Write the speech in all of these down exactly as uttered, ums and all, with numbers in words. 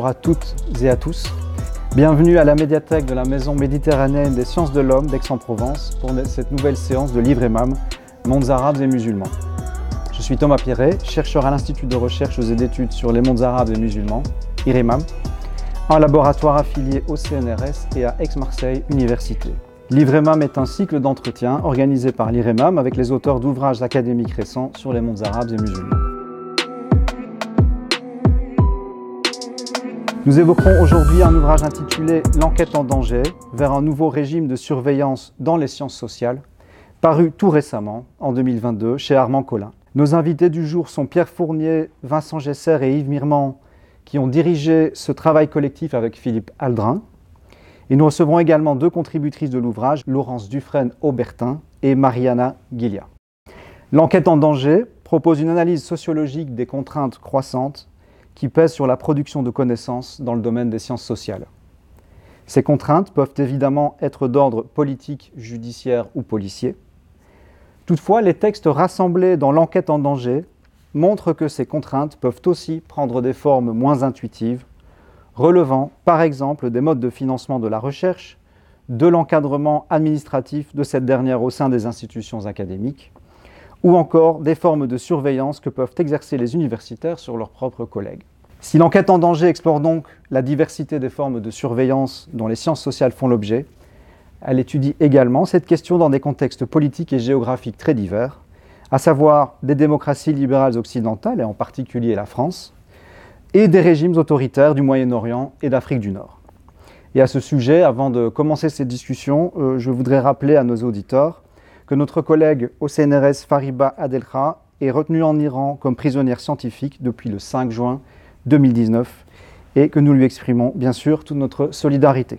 à toutes et à tous. Bienvenue à la médiathèque de la Maison méditerranéenne des sciences de l'homme d'Aix-en-Provence pour cette nouvelle séance de Livre Imam, Mondes arabes et musulmans. Je suis Thomas Pierret, chercheur à l'Institut de recherche et d'études sur les mondes arabes et musulmans, IREMAM, un laboratoire affilié au C N R S et à Aix-Marseille Université. Livre Imam est un cycle d'entretiens organisé par l'IREMAM avec les auteurs d'ouvrages académiques récents sur les mondes arabes et musulmans. Nous évoquerons aujourd'hui un ouvrage intitulé « L'enquête en danger, vers un nouveau régime de surveillance dans les sciences sociales », paru tout récemment, en deux mille vingt-deux, chez Armand Collin. Nos invités du jour sont Pierre Fournier, Vincent Gesser et Yves Mirmand, qui ont dirigé ce travail collectif avec Philippe Aldrin. Et nous recevrons également deux contributrices de l'ouvrage, Laurence Dufresne-Aubertin et Mariana Guilia. L'enquête en danger propose une analyse sociologique des contraintes croissantes qui pèsent sur la production de connaissances dans le domaine des sciences sociales. Ces contraintes peuvent évidemment être d'ordre politique, judiciaire ou policier. Toutefois, les textes rassemblés dans l'enquête en danger montrent que ces contraintes peuvent aussi prendre des formes moins intuitives, relevant par exemple des modes de financement de la recherche, de l'encadrement administratif de cette dernière au sein des institutions académiques, ou encore des formes de surveillance que peuvent exercer les universitaires sur leurs propres collègues. Si l'enquête en danger explore donc la diversité des formes de surveillance dont les sciences sociales font l'objet, elle étudie également cette question dans des contextes politiques et géographiques très divers, à savoir des démocraties libérales occidentales, et en particulier la France, et des régimes autoritaires du Moyen-Orient et d'Afrique du Nord. Et à ce sujet, avant de commencer cette discussion, euh, je voudrais rappeler à nos auditeurs que notre collègue au C N R S Fariba Adelkha est retenue en Iran comme prisonnière scientifique depuis le cinq juin deux mille dix-neuf et que nous lui exprimons bien sûr toute notre solidarité.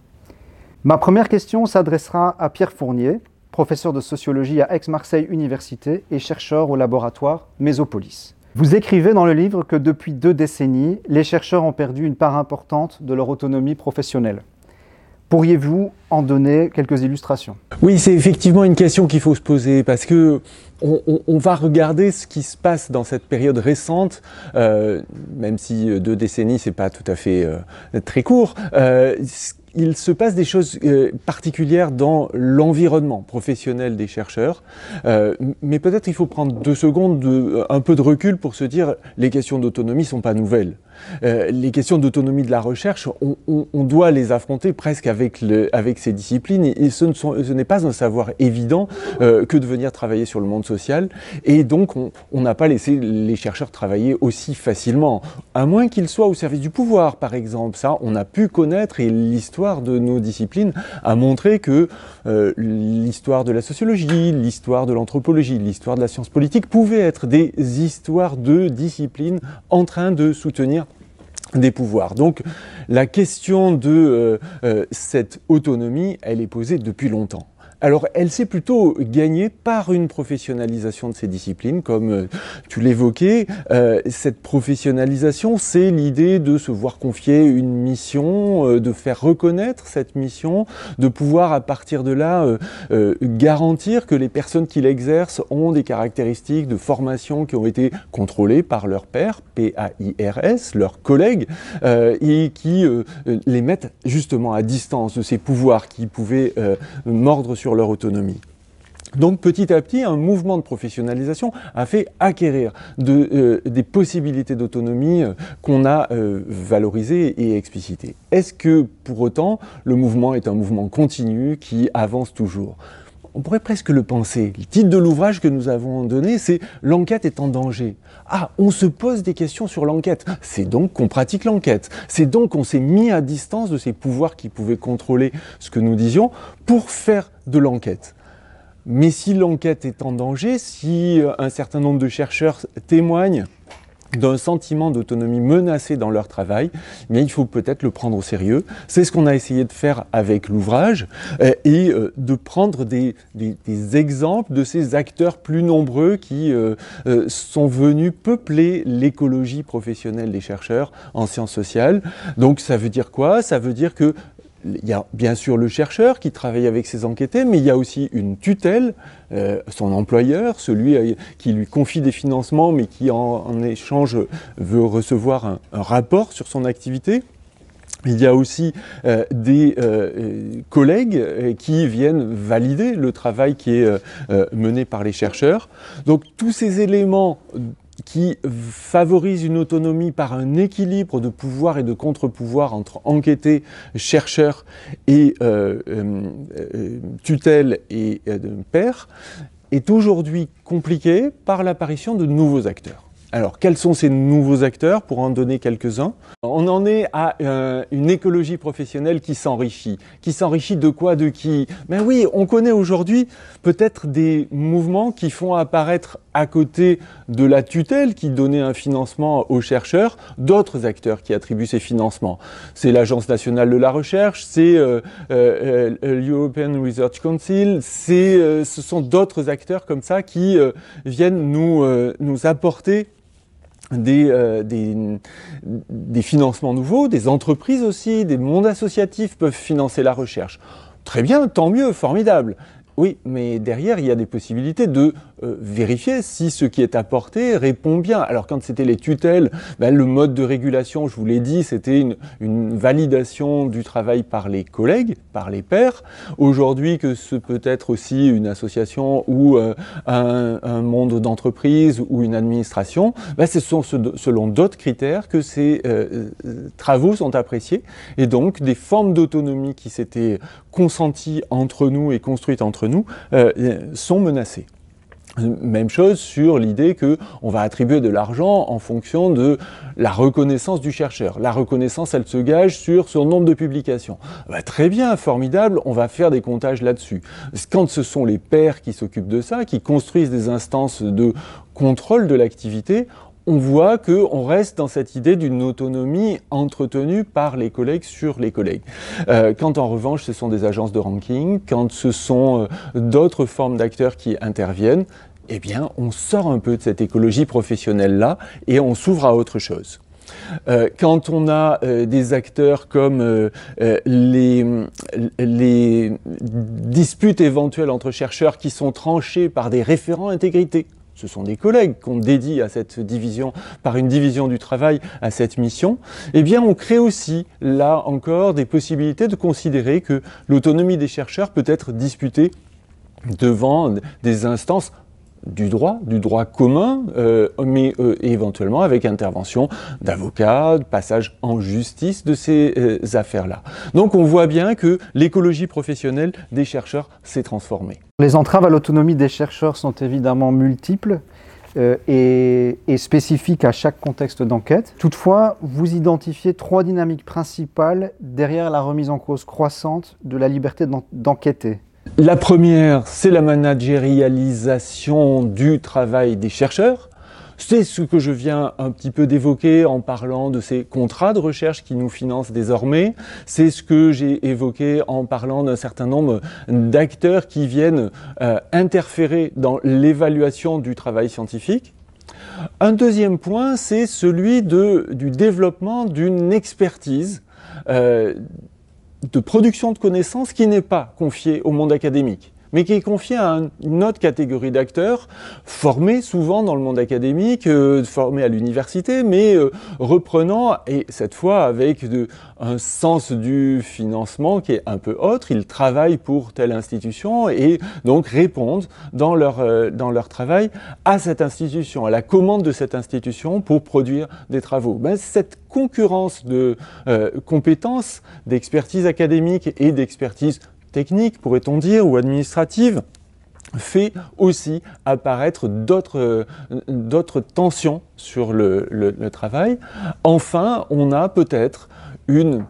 Ma première question s'adressera à Pierre Fournier, professeur de sociologie à Aix-Marseille Université et chercheur au laboratoire Mésopolis. Vous écrivez dans le livre que depuis deux décennies, les chercheurs ont perdu une part importante de leur autonomie professionnelle. Pourriez-vous en donner quelques illustrations ? Oui, c'est effectivement une question qu'il faut se poser parce que on, on, on va regarder ce qui se passe dans cette période récente, euh, même si deux décennies, c'est pas tout à fait euh, très court. Euh, Il se passe des choses euh, particulières dans l'environnement professionnel des chercheurs, euh, mais peut-être il faut prendre deux secondes, de, un peu de recul pour se dire les questions d'autonomie sont pas nouvelles. Euh, les questions d'autonomie de la recherche, on, on, on doit les affronter presque avec, le, avec ces disciplines, et ce, ne sont, ce n'est pas un savoir évident euh, que de venir travailler sur le monde social, et donc on n'a pas laissé les chercheurs travailler aussi facilement, à moins qu'ils soient au service du pouvoir, par exemple. Ça, on a pu connaître, et l'histoire de nos disciplines a montré que euh, l'histoire de la sociologie, l'histoire de l'anthropologie, l'histoire de la science politique pouvaient être des histoires de disciplines en train de soutenir des pouvoirs. Donc la question de euh, euh, cette autonomie, elle est posée depuis longtemps. Alors, elle s'est plutôt gagnée par une professionnalisation de ces disciplines, comme euh, tu l'évoquais. Euh, cette professionnalisation, c'est l'idée de se voir confier une mission, euh, de faire reconnaître cette mission, de pouvoir à partir de là euh, euh, garantir que les personnes qui l'exercent ont des caractéristiques de formation qui ont été contrôlées par leurs pairs, P A I R S, leurs collègues, euh, et qui euh, les mettent justement à distance de ces pouvoirs qui pouvaient euh, mordre sur leur autonomie. Donc petit à petit, un mouvement de professionnalisation a fait acquérir de, euh, des possibilités d'autonomie euh, qu'on a euh, valorisées et explicitées. Est-ce que pour autant, le mouvement est un mouvement continu qui avance toujours ? On pourrait presque le penser. Le titre de l'ouvrage que nous avons donné, c'est « L'enquête est en danger ». Ah, on se pose des questions sur l'enquête. C'est donc qu'on pratique l'enquête. C'est donc qu'on s'est mis à distance de ces pouvoirs qui pouvaient contrôler ce que nous disions pour faire de l'enquête. Mais si l'enquête est en danger, si un certain nombre de chercheurs témoignent d'un sentiment d'autonomie menacé dans leur travail, mais il faut peut-être le prendre au sérieux. C'est ce qu'on a essayé de faire avec l'ouvrage euh, et euh, de prendre des, des, des exemples de ces acteurs plus nombreux qui euh, euh, sont venus peupler l'écologie professionnelle des chercheurs en sciences sociales. Donc ça veut dire quoi ? Ça veut dire que il y a bien sûr le chercheur qui travaille avec ses enquêtés, mais il y a aussi une tutelle, euh, son employeur, celui qui lui confie des financements, mais qui en, en échange veut recevoir un, un rapport sur son activité. Il y a aussi euh, des euh, collègues euh, qui viennent valider le travail qui est euh, mené par les chercheurs. Donc tous ces éléments qui favorisent une autonomie par un équilibre de pouvoir et de contre-pouvoir entre enquêtés, chercheurs et euh, euh, tutelle et euh, pairs, est aujourd'hui compliqué par l'apparition de nouveaux acteurs. Alors, quels sont ces nouveaux acteurs? Pour en donner quelques-uns. On en est à euh, une écologie professionnelle qui s'enrichit. Qui s'enrichit de quoi? De qui? Ben oui, on connaît aujourd'hui peut-être des mouvements qui font apparaître à côté de la tutelle qui donnait un financement aux chercheurs, d'autres acteurs qui attribuent ces financements. C'est l'Agence nationale de la recherche, c'est euh, euh, l'European Research Council, c'est, euh, ce sont d'autres acteurs comme ça qui euh, viennent nous, euh, nous apporter Des, euh, des, des financements nouveaux, des entreprises aussi, des mondes associatifs peuvent financer la recherche. Très bien, tant mieux, formidable. Oui, mais derrière, il y a des possibilités de euh, vérifier si ce qui est apporté répond bien. Alors quand c'était les tutelles, ben, le mode de régulation, je vous l'ai dit, c'était une, une validation du travail par les collègues, par les pairs. Aujourd'hui, que ce peut être aussi une association ou euh, un, un monde d'entreprise ou une administration, ben, ce sont selon d'autres critères que ces euh, travaux sont appréciés. Et donc, des formes d'autonomie qui s'étaient consenties entre nous et construites entre nous euh, sont menacées. Même chose sur l'idée qu'on va attribuer de l'argent en fonction de la reconnaissance du chercheur. La reconnaissance, elle se gage sur son nombre de publications. Bah, très bien, formidable, on va faire des comptages là-dessus. Quand ce sont les pairs qui s'occupent de ça, qui construisent des instances de contrôle de l'activité, on voit qu'on reste dans cette idée d'une autonomie entretenue par les collègues sur les collègues. Euh, quand en revanche ce sont des agences de ranking, quand ce sont euh, d'autres formes d'acteurs qui interviennent, eh bien on sort un peu de cette écologie professionnelle-là et on s'ouvre à autre chose. Euh, quand on a euh, des acteurs comme euh, euh, les, les disputes éventuelles entre chercheurs qui sont tranchées par des référents intégrité, ce sont des collègues qu'on dédie à cette division, par une division du travail, à cette mission, eh bien on crée aussi, là encore, des possibilités de considérer que l'autonomie des chercheurs peut être disputée devant des instances du droit, du droit commun, euh, mais euh, éventuellement avec intervention d'avocats, de passage en justice de ces euh, affaires-là. Donc on voit bien que l'écologie professionnelle des chercheurs s'est transformée. Les entraves à l'autonomie des chercheurs sont évidemment multiples euh, et, et spécifiques à chaque contexte d'enquête. Toutefois, vous identifiez trois dynamiques principales derrière la remise en cause croissante de la liberté d'enquêter. La première, c'est la managérialisation du travail des chercheurs. C'est ce que je viens un petit peu d'évoquer en parlant de ces contrats de recherche qui nous financent désormais. C'est ce que j'ai évoqué en parlant d'un certain nombre d'acteurs qui viennent euh, interférer dans l'évaluation du travail scientifique. Un deuxième point, c'est celui de, du développement d'une expertise euh, de production de connaissances qui n'est pas confiée au monde académique, mais qui est confiée à un, une autre catégorie d'acteurs, formés souvent dans le monde académique, euh, formés à l'université, mais euh, reprenant, et cette fois avec de, un sens du financement qui est un peu autre. Ils travaillent pour telle institution et donc répondent dans leur, euh, dans leur travail à cette institution, à la commande de cette institution pour produire des travaux. Ben, cette concurrence de euh, compétences, d'expertise académique et d'expertise technique, pourrait-on dire, ou administrative, fait aussi apparaître d'autres euh, d'autres tensions sur le, le, le travail. Enfin, on a peut-être une,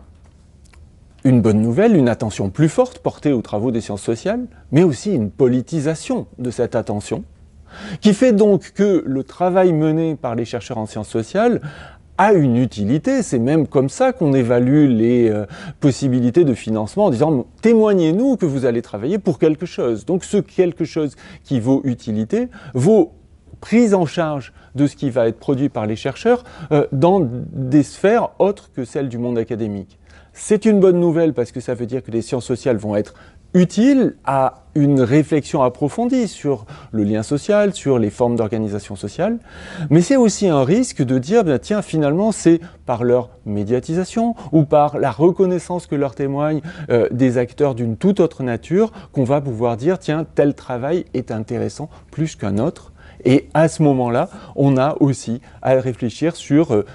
une bonne nouvelle, une attention plus forte portée aux travaux des sciences sociales, mais aussi une politisation de cette attention, qui fait donc que le travail mené par les chercheurs en sciences sociales a une utilité. C'est même comme ça qu'on évalue les euh, possibilités de financement en disant « témoignez-nous que vous allez travailler pour quelque chose ». Donc ce quelque chose qui vaut utilité vaut prise en charge de ce qui va être produit par les chercheurs euh, dans des sphères autres que celles du monde académique. c'est une bonne nouvelle parce que ça veut dire que les sciences sociales vont être utiles à une réflexion approfondie sur le lien social, sur les formes d'organisation sociale. Mais c'est aussi un risque de dire, ben, tiens, finalement, c'est par leur médiatisation ou par la reconnaissance que leur témoignent euh, des acteurs d'une toute autre nature qu'on va pouvoir dire, tiens, tel travail est intéressant plus qu'un autre. Et à ce moment-là, on a aussi à réfléchir sur euh,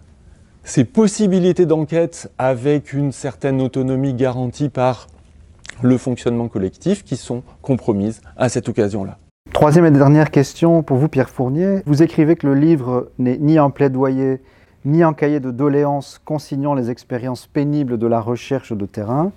ces possibilités d'enquête avec une certaine autonomie garantie par le fonctionnement collectif qui sont compromises à cette occasion-là. Troisième et dernière question pour vous, Pierre Fournier. Vous écrivez que le livre n'est ni un plaidoyer, ni un cahier de doléances consignant les expériences pénibles de la recherche de terrain.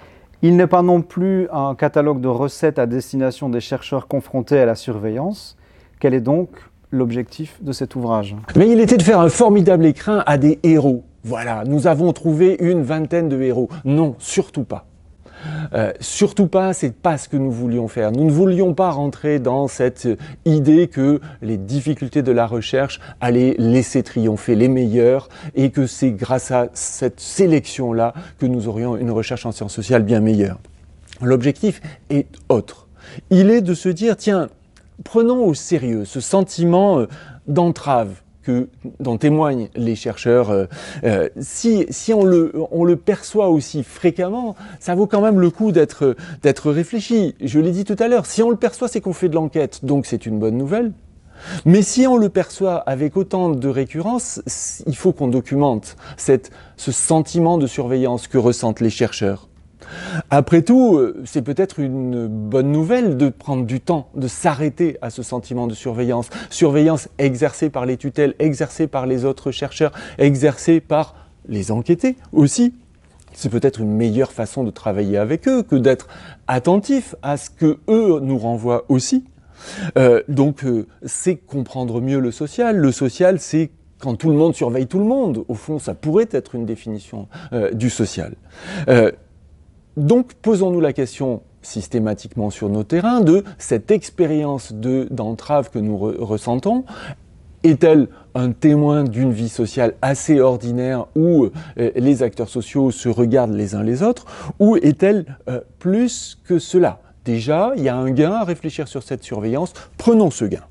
Il n'est pas non plus un catalogue de recettes à destination des chercheurs confrontés à la surveillance. Quel est donc l'objectif de cet ouvrage? Mais il était de faire un formidable écrin à des héros. Voilà, nous avons trouvé une vingtaine de héros. Non, surtout pas. Euh, surtout pas, c'est pas ce que nous voulions faire. Nous ne voulions pas rentrer dans cette idée que les difficultés de la recherche allaient laisser triompher les meilleurs et que c'est grâce à cette sélection-là que nous aurions une recherche en sciences sociales bien meilleure. L'objectif est autre. Il est de se dire, tiens, prenons au sérieux ce sentiment d'entrave que, dont témoignent les chercheurs. Euh, euh, si si on, le, on le perçoit aussi fréquemment, ça vaut quand même le coup d'être d'être réfléchi. Je l'ai dit tout à l'heure, si on le perçoit, c'est qu'on fait de l'enquête, donc c'est une bonne nouvelle. Mais si on le perçoit avec autant de récurrence, il faut qu'on documente cette, ce sentiment de surveillance que ressentent les chercheurs. Après tout, c'est peut-être une bonne nouvelle de prendre du temps, de s'arrêter à ce sentiment de surveillance. Surveillance exercée par les tutelles, exercée par les autres chercheurs, exercée par les enquêtés aussi. C'est peut-être une meilleure façon de travailler avec eux que d'être attentif à ce que eux nous renvoient aussi. Euh, donc, euh, c'est comprendre mieux le social. Le social, c'est quand tout le monde surveille tout le monde. Au fond, ça pourrait être une définition euh, du social. Euh, Donc, posons-nous la question systématiquement sur nos terrains de cette expérience de, d'entrave que nous re- ressentons. Est-elle un témoin d'une vie sociale assez ordinaire où euh, les acteurs sociaux se regardent les uns les autres, ou est-elle euh, plus que cela? Déjà, il y a un gain à réfléchir sur cette surveillance. Prenons ce gain.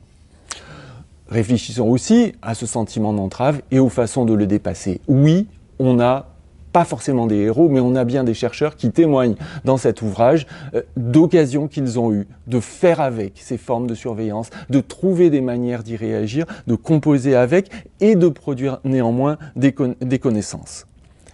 Réfléchissons aussi à ce sentiment d'entrave et aux façons de le dépasser. Oui, on a pas forcément des héros, mais on a bien des chercheurs qui témoignent dans cet ouvrage euh, d'occasions qu'ils ont eues de faire avec ces formes de surveillance, de trouver des manières d'y réagir, de composer avec et de produire néanmoins des, con- des connaissances.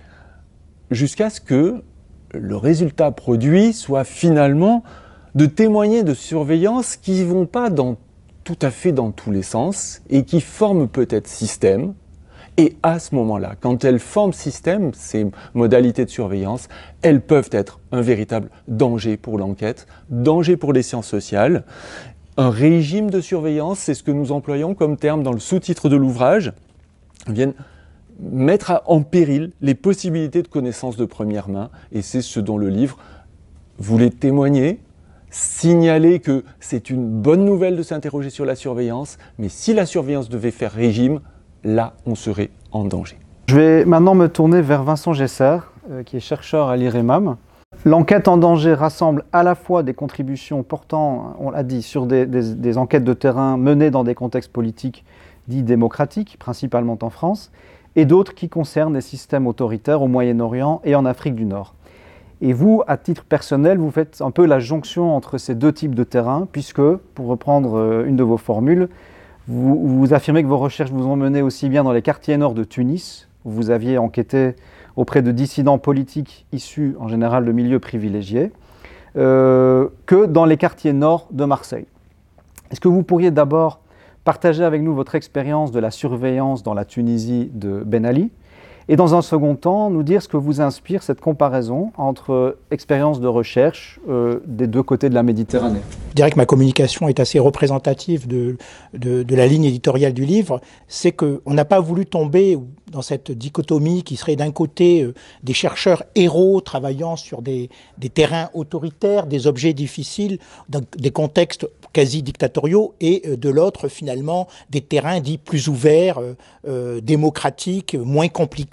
Jusqu'à ce que le résultat produit soit finalement de témoigner de surveillances qui ne vont pas dans, tout à fait dans tous les sens et qui forment peut-être système. Et à ce moment-là, quand elles forment système, ces modalités de surveillance, elles peuvent être un véritable danger pour l'enquête, danger pour les sciences sociales. Un régime de surveillance, c'est ce que nous employons comme terme dans le sous-titre de l'ouvrage, viennent mettre en péril les possibilités de connaissance de première main, et c'est ce dont le livre voulait témoigner, signaler que c'est une bonne nouvelle de s'interroger sur la surveillance, mais si la surveillance devait faire régime, là, on serait en danger. Je vais maintenant me tourner vers Vincent Gesser, euh, qui est chercheur à l'I R E M A M. L'enquête en danger rassemble à la fois des contributions portant, on l'a dit, sur des, des, des enquêtes de terrain menées dans des contextes politiques dits démocratiques, principalement en France, et d'autres qui concernent des systèmes autoritaires au Moyen-Orient et en Afrique du Nord. Et vous, à titre personnel, vous faites un peu la jonction entre ces deux types de terrain, puisque, pour reprendre une de vos formules, Vous, vous affirmez que vos recherches vous ont mené aussi bien dans les quartiers nord de Tunis, où vous aviez enquêté auprès de dissidents politiques issus en général de milieux privilégiés, euh, que dans les quartiers nord de Marseille. Est-ce que vous pourriez d'abord partager avec nous votre expérience de la surveillance dans la Tunisie de Ben Ali, et dans un second temps, nous dire ce que vous inspire cette comparaison entre expérience de recherche euh, des deux côtés de la Méditerranée? Je dirais que ma communication est assez représentative de, de, de la ligne éditoriale du livre. C'est qu'on n'a pas voulu tomber dans cette dichotomie qui serait d'un côté euh, des chercheurs héros travaillant sur des, des terrains autoritaires, des objets difficiles, dans des contextes quasi dictatoriaux, et euh, de l'autre finalement des terrains dits plus ouverts, euh, euh, démocratiques, moins compliqués.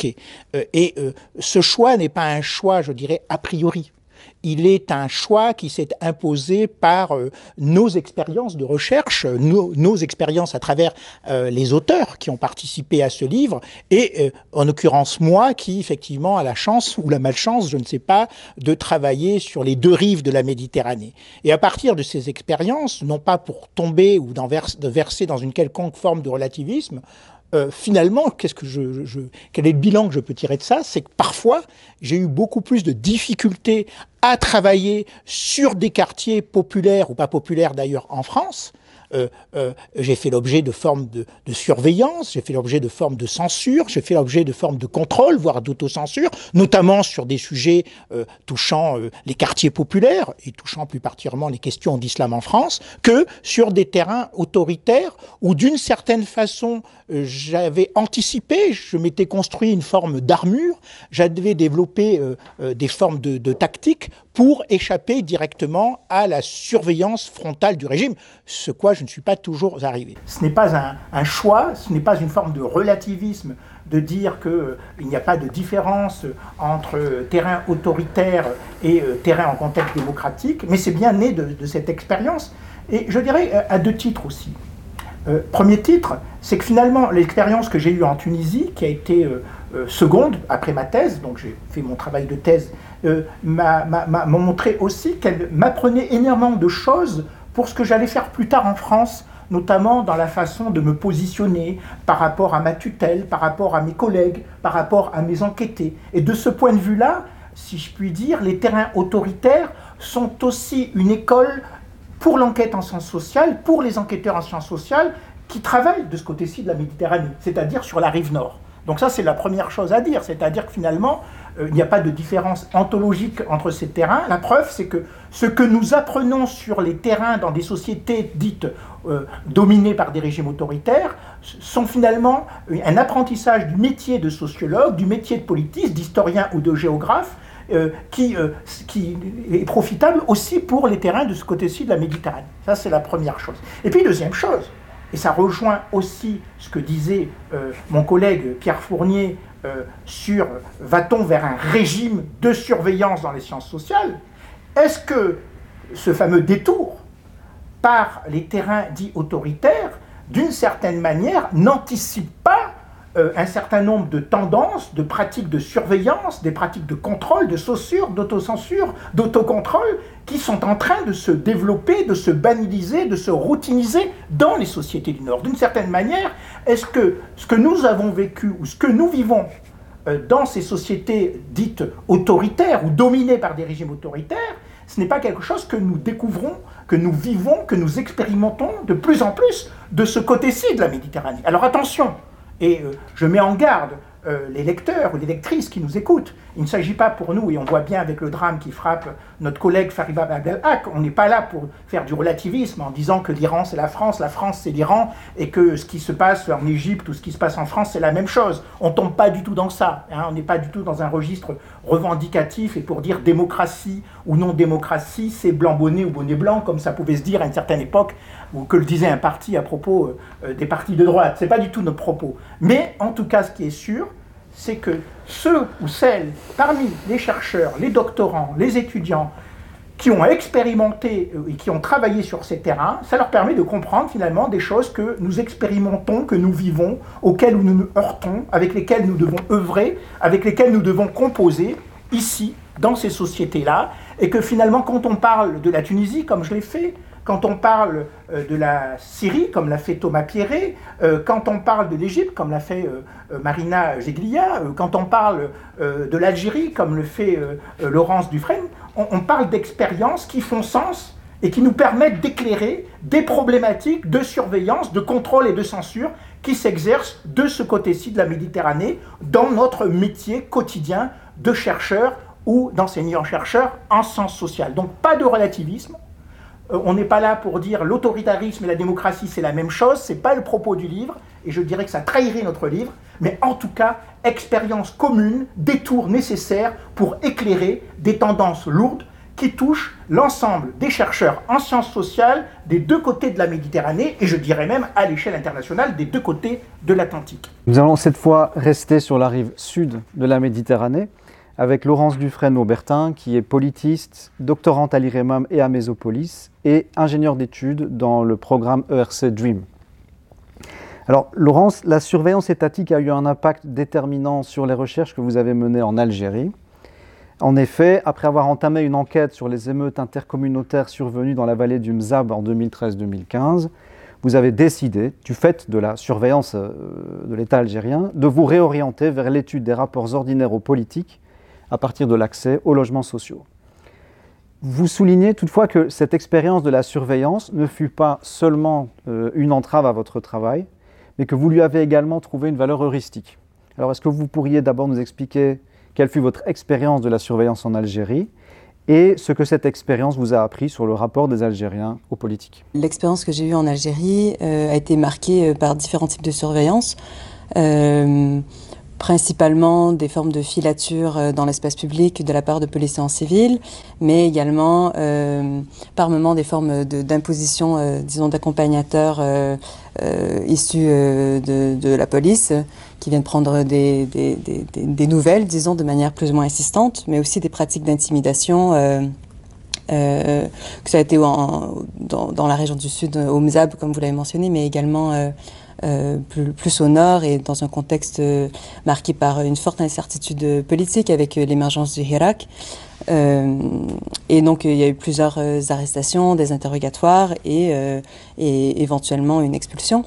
compliqué. Euh, et euh, ce choix n'est pas un choix, je dirais, a priori. Il est un choix qui s'est imposé par euh, nos expériences de recherche, nos, nos expériences à travers euh, les auteurs qui ont participé à ce livre, et euh, en l'occurrence moi qui effectivement a la chance ou la malchance, je ne sais pas, de travailler sur les deux rives de la Méditerranée. Et à partir de ces expériences, non pas pour tomber ou de verser dans une quelconque forme de relativisme, Euh, finalement, qu'est-ce que je, je, quel est le bilan que je peux tirer de ça? C'est que parfois, j'ai eu beaucoup plus de difficultés à travailler sur des quartiers populaires ou pas populaires d'ailleurs en France. Euh, euh, j'ai fait l'objet de formes de, de surveillance, j'ai fait l'objet de formes de censure, j'ai fait l'objet de formes de contrôle, voire d'autocensure, notamment sur des sujets euh, touchant euh, les quartiers populaires et touchant plus particulièrement les questions d'islam en France, que sur des terrains autoritaires où d'une certaine façon euh, j'avais anticipé, je m'étais construit une forme d'armure, j'avais développé euh, euh, des formes de, de tactiques pour échapper directement à la surveillance frontale du régime, ce quoi je ne suis pas toujours arrivé. Ce n'est pas un, un choix, ce n'est pas une forme de relativisme de dire qu'il euh, n'y a pas de différence entre euh, terrain autoritaire et euh, terrain en contexte démocratique, mais c'est bien né de, de cette expérience. Et je dirais euh, à deux titres aussi. Euh, premier titre, c'est que finalement l'expérience que j'ai eue en Tunisie, qui a été euh, euh, seconde après ma thèse, donc j'ai fait mon travail de thèse, euh, m'a, m'a, m'a montré aussi qu'elle m'apprenait énormément de choses pour ce que j'allais faire plus tard en France, notamment dans la façon de me positionner par rapport à ma tutelle, par rapport à mes collègues, par rapport à mes enquêtés. Et de ce point de vue-là, si je puis dire, les terrains autoritaires sont aussi une école pour l'enquête en sciences sociales, pour les enquêteurs en sciences sociales qui travaillent de ce côté-ci de la Méditerranée, c'est-à-dire sur la rive nord. Donc ça, c'est la première chose à dire, c'est-à-dire que finalement, euh, il n'y a pas de différence ontologique entre ces terrains. La preuve, c'est que ce que nous apprenons sur les terrains dans des sociétés dites euh, dominées par des régimes autoritaires sont finalement un apprentissage du métier de sociologue, du métier de politiste, d'historien ou de géographe, euh, qui, euh, qui est profitable aussi pour les terrains de ce côté-ci de la Méditerranée. Ça, c'est la première chose. Et puis, deuxième chose, et ça rejoint aussi ce que disait euh, mon collègue Pierre Fournier euh, sur « va-t-on vers un régime de surveillance dans les sciences sociales ?» Est-ce que ce fameux détour par les terrains dits autoritaires, d'une certaine manière, n'anticipe pas euh, un certain nombre de tendances, de pratiques de surveillance, des pratiques de contrôle, de censure, d'autocensure, d'autocontrôle, qui sont en train de se développer, de se banaliser, de se routiniser dans les sociétés du Nord. D'une certaine manière, est-ce que ce que nous avons vécu ou ce que nous vivons euh, dans ces sociétés dites autoritaires ou dominées par des régimes autoritaires, ce n'est pas quelque chose que nous découvrons, que nous vivons, que nous expérimentons de plus en plus de ce côté-ci de la Méditerranée. Alors attention, et euh, je mets en garde euh, les lecteurs ou les lectrices qui nous écoutent. Il ne s'agit pas pour nous, et on voit bien avec le drame qui frappe notre collègue Fariba Abdelhak, on n'est pas là pour faire du relativisme en disant que l'Iran c'est la France, la France c'est l'Iran, et que ce qui se passe en Égypte ou ce qui se passe en France c'est la même chose. On ne tombe pas du tout dans ça, hein, on n'est pas du tout dans un registre revendicatif, et pour dire démocratie ou non démocratie, c'est blanc bonnet ou bonnet blanc, comme ça pouvait se dire à une certaine époque, ou que le disait un parti à propos euh, des partis de droite. C'est pas du tout notre propos. Mais en tout cas, ce qui est sûr, c'est que ceux ou celles parmi les chercheurs, les doctorants, les étudiants qui ont expérimenté et qui ont travaillé sur ces terrains, ça leur permet de comprendre finalement des choses que nous expérimentons, que nous vivons, auxquelles nous nous heurtons, avec lesquelles nous devons œuvrer, avec lesquelles nous devons composer ici, dans ces sociétés-là, et que finalement quand on parle de la Tunisie, comme je l'ai fait, quand on parle euh, de la Syrie, comme l'a fait Thomas Pierret, euh, quand on parle de l'Égypte, comme l'a fait euh, Marina Geglia, euh, quand on parle euh, de l'Algérie, comme le fait euh, euh, Laurence Dufresne, on, on parle d'expériences qui font sens et qui nous permettent d'éclairer des problématiques de surveillance, de contrôle et de censure qui s'exercent de ce côté-ci de la Méditerranée dans notre métier quotidien de chercheur ou d'enseignant-chercheur en sciences sociales. Donc pas de relativisme. On n'est pas là pour dire l'autoritarisme et la démocratie c'est la même chose, c'est pas le propos du livre, et je dirais que ça trahirait notre livre, mais en tout cas, expérience commune, détour nécessaire pour éclairer des tendances lourdes qui touche l'ensemble des chercheurs en sciences sociales des deux côtés de la Méditerranée, et je dirais même à l'échelle internationale des deux côtés de l'Atlantique. Nous allons cette fois rester sur la rive sud de la Méditerranée avec Laurence Dufresne-Aubertin, qui est politiste, doctorante à l'IREMAM et à Mésopolis, et ingénieure d'études dans le programme E R C DREAM. Alors, Laurence, la surveillance étatique a eu un impact déterminant sur les recherches que vous avez menées en Algérie. En effet, après avoir entamé une enquête sur les émeutes intercommunautaires survenues dans la vallée du Mzab en deux mille treize deux mille quinze, vous avez décidé, du fait de la surveillance de l'État algérien, de vous réorienter vers l'étude des rapports ordinaires aux politiques à partir de l'accès aux logements sociaux. Vous soulignez toutefois que cette expérience de la surveillance ne fut pas seulement euh, une entrave à votre travail, mais que vous lui avez également trouvé une valeur heuristique. Alors, est-ce que vous pourriez d'abord nous expliquer quelle fut votre expérience de la surveillance en Algérie et ce que cette expérience vous a appris sur le rapport des Algériens aux politiques? L'expérience que j'ai eue en Algérie euh, a été marquée par différents types de surveillance. Euh, principalement des formes de filature dans l'espace public de la part de policiers en civil, mais également euh, par moments des formes de, d'imposition, euh, disons, d'accompagnateurs euh, euh, issus euh, de, de la police, qui viennent prendre des, des, des, des nouvelles, disons, de manière plus ou moins insistante, mais aussi des pratiques d'intimidation, euh, euh, que ça a été en, dans, dans la région du Sud, au Mzab, comme vous l'avez mentionné, mais également euh, Euh, plus, plus au nord et dans un contexte euh, marqué par une forte incertitude politique avec euh, l'émergence du Hirak. Euh, et donc euh, il y a eu plusieurs euh, arrestations, des interrogatoires et, euh, et éventuellement une expulsion.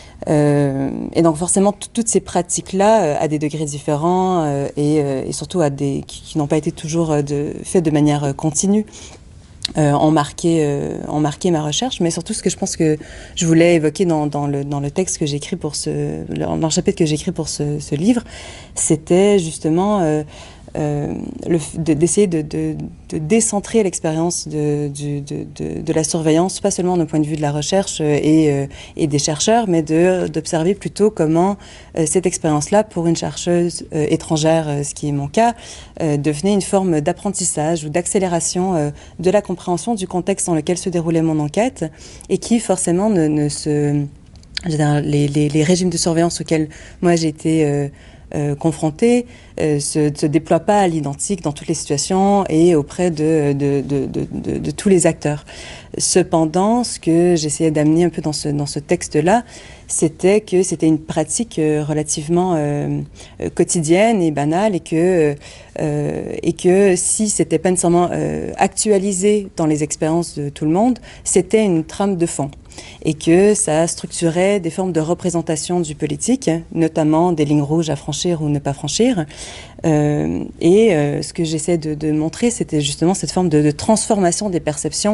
Euh, et donc forcément toutes ces pratiques-là euh, à des degrés différents euh, et, euh, et surtout à des, qui, qui n'ont pas été toujours de, faites de manière euh, continue. Euh, ont marqué, euh, ont marqué ma recherche, mais surtout ce que je pense que je voulais évoquer dans, dans, le, dans le texte que j'écris pour ce, dans le chapitre que j'écris pour ce, ce livre, c'était justement euh, euh, le, de, d'essayer de, de, de décentrer l'expérience de, de, de, de la surveillance, pas seulement d'un point de vue de la recherche et, euh, et des chercheurs, mais de, d'observer plutôt comment euh, cette expérience-là, pour une chercheuse euh, étrangère, euh, ce qui est mon cas, euh, devenait une forme d'apprentissage ou d'accélération euh, de la compréhension du contexte dans lequel se déroulait mon enquête et qui forcément ne, ne se... Je veux dire, les, les, les régimes de surveillance auxquels moi j'ai été euh, euh, confrontée euh, se, se déploient pas à l'identique dans toutes les situations et auprès de, de, de, de, de, de tous les acteurs. Cependant, ce que j'essayais d'amener un peu dans ce, dans ce texte-là, c'était que c'était une pratique euh, relativement euh, euh, quotidienne et banale et que, euh, et que si c'était pas nécessairement euh, actualisé dans les expériences de tout le monde, c'était une trame de fond. Et que ça structurait des formes de représentation du politique, notamment des lignes rouges à franchir ou ne pas franchir. Euh, et euh, ce que j'essaie de, de montrer, c'était justement cette forme de, de transformation des perceptions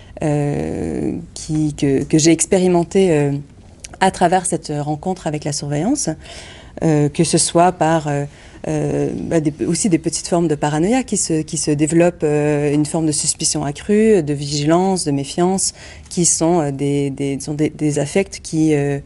euh, qui, que, que j'ai expérimentée euh, à travers cette rencontre avec la surveillance, euh, que ce soit par... Euh, Euh, bah des, aussi des petites formes de paranoïa qui se, qui se développent, euh, une forme de suspicion accrue, de vigilance, de méfiance, qui sont euh, des, des, sont des, des affects qui euh,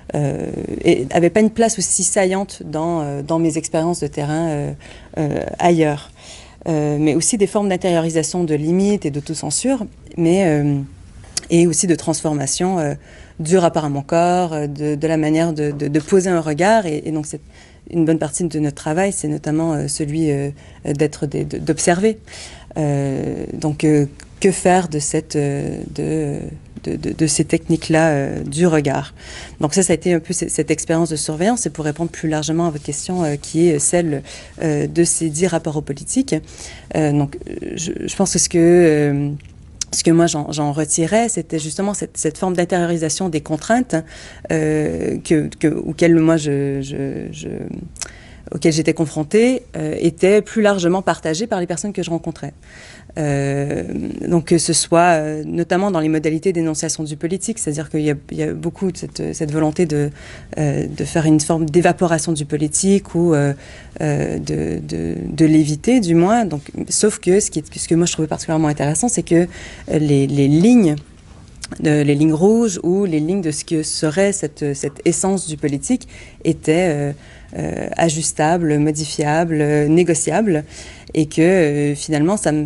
euh, n'avaient pas une place aussi saillante dans, euh, dans mes expériences de terrain euh, euh, ailleurs. Euh, mais aussi des formes d'intériorisation de limites et d'autocensure, mais euh, et aussi de transformation euh, du rapport à mon corps, de, de la manière de, de, de poser un regard, et, et donc c'est une bonne partie de notre travail, c'est notamment euh, celui euh, d'être des, de, d'observer. Euh, donc, euh, que faire de cette, euh, de, de, de, de ces techniques-là euh, du regard. Donc ça, ça a été un peu cette, cette expérience de surveillance. Et pour répondre plus largement à votre question, euh, qui est celle euh, de ces dix rapports aux politiques. Euh, donc, je, je pense que ce que euh, Ce que moi j'en, j'en retirais, c'était justement cette, cette forme d'intériorisation des contraintes euh, que, que, auxquelles moi je, je, je, auxquelles j'étais confrontée, euh, étaient plus largement partagées par les personnes que je rencontrais. Euh, donc que ce soit euh, notamment dans les modalités d'énonciation du politique, c'est-à-dire qu'il y a, il y a beaucoup de cette, cette volonté de, euh, de faire une forme d'évaporation du politique ou euh, euh, de, de, de l'éviter du moins. Donc, sauf que ce, qui est, ce que moi je trouvais particulièrement intéressant, c'est que les, les lignes de, les lignes rouges ou les lignes de ce que serait cette, cette essence du politique étaient euh, euh, ajustables, modifiables, euh, négociables. et que euh, finalement ça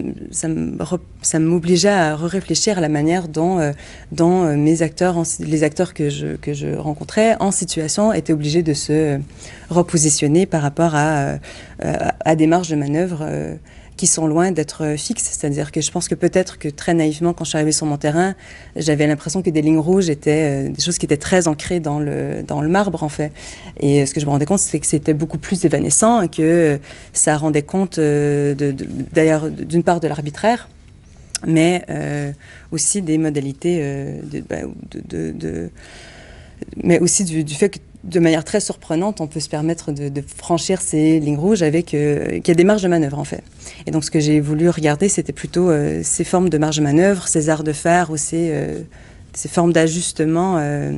m'obligeait à réfléchir à la manière dont, euh, dont euh, mes acteurs, en, les acteurs que je, que je rencontrais en situation étaient obligés de se euh, repositionner par rapport à, euh, à des marges de manœuvre euh, qui sont loin d'être fixes. C'est-à-dire que je pense que peut-être que très naïvement, quand je suis arrivée sur mon terrain, j'avais l'impression que des lignes rouges étaient euh, des choses qui étaient très ancrées dans le, dans le marbre, en fait. Et ce que je me rendais compte, c'est que c'était beaucoup plus évanescent et que ça rendait compte, euh, de, de, d'ailleurs, d'une part de l'arbitraire, mais euh, aussi des modalités, euh, de, de, de, de, mais aussi du, du fait que de manière très surprenante, on peut se permettre de, de franchir ces lignes rouges avec euh, qu'il y a des marges de manœuvre en fait. Et donc ce que j'ai voulu regarder, c'était plutôt euh, ces formes de marges de manœuvre, ces arts de faire ou ces, euh, ces formes d'ajustement euh,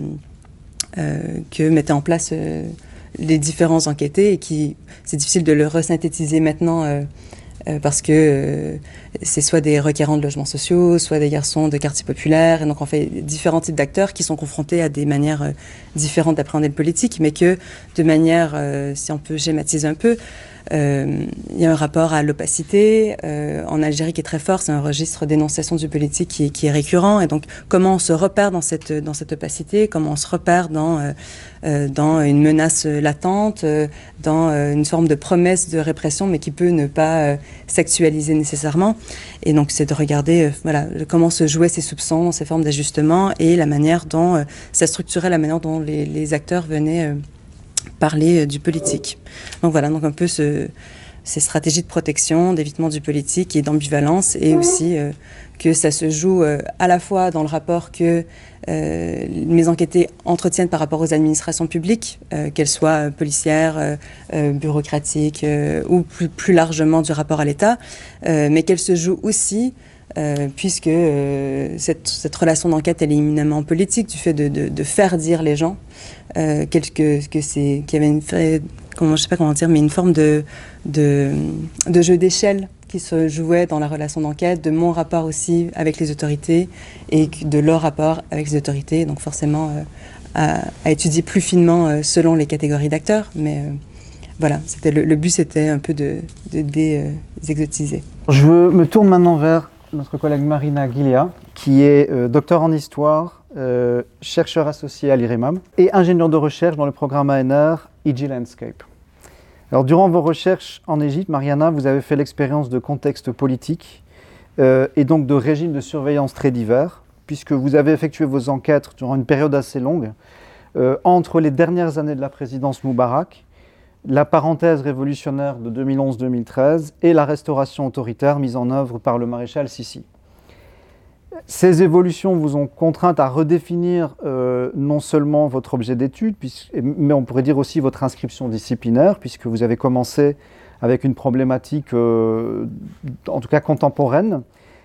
euh, que mettaient en place euh, les différents enquêtés et qui, c'est difficile de le resynthétiser maintenant euh, euh, parce que euh, c'est soit des requérants de logements sociaux, soit des garçons de quartiers populaires. Et donc, on fait différents types d'acteurs qui sont confrontés à des manières euh, différentes d'appréhender le politique, mais que, de manière, euh, si on peut schématiser un peu, euh, il y a un rapport à l'opacité. Euh, en Algérie qui est très fort, c'est un registre d'énonciation du politique qui est, qui est récurrent. Et donc, comment on se repère dans cette, dans cette opacité, comment on se repère dans, euh, euh, dans une menace latente, euh, dans euh, une forme de promesse de répression, mais qui peut ne pas euh, s'actualiser nécessairement. Et donc, c'est de regarder euh, voilà, comment se jouaient ces soupçons, ces formes d'ajustement et la manière dont euh, ça structurait la manière dont les, les acteurs venaient euh, parler euh, du politique. Donc voilà, donc un peu ce, ces stratégies de protection, d'évitement du politique et d'ambivalence, et aussi euh, que ça se joue euh, à la fois dans le rapport que euh, mes enquêtés entretiennent par rapport aux administrations publiques, euh, qu'elles soient euh, policières, euh, euh, bureaucratiques euh, ou plus, plus largement du rapport à l'État, euh, mais qu'elles se jouent aussi Euh, puisque euh, cette, cette relation d'enquête elle est éminemment politique du fait de, de, de faire dire les gens euh, quelque, que c'est qu'il y avait une comment je sais pas comment dire mais une forme de de, de jeu d'échelle qui se jouait dans la relation d'enquête, de mon rapport aussi avec les autorités et de leur rapport avec les autorités, donc forcément euh, à, à étudier plus finement euh, selon les catégories d'acteurs, mais euh, voilà, c'était le, le but c'était un peu de, de désexotiser. Je me tourne maintenant vers notre collègue Marina Guilia, qui est euh, docteur en histoire, euh, chercheur associé à l'I R E M A M et ingénieur de recherche dans le programme A N R I G Landscape. Alors, durant vos recherches en Égypte, Mariana, vous avez fait l'expérience de contextes politiques euh, et donc de régimes de surveillance très divers, puisque vous avez effectué vos enquêtes durant une période assez longue, euh, entre les dernières années de la présidence Moubarak, la parenthèse révolutionnaire de deux mille onze deux mille treize et la restauration autoritaire mise en œuvre par le maréchal Sissi. Ces évolutions vous ont contrainte à redéfinir euh, non seulement votre objet d'étude, mais on pourrait dire aussi votre inscription disciplinaire, puisque vous avez commencé avec une problématique, euh, en tout cas contemporaine.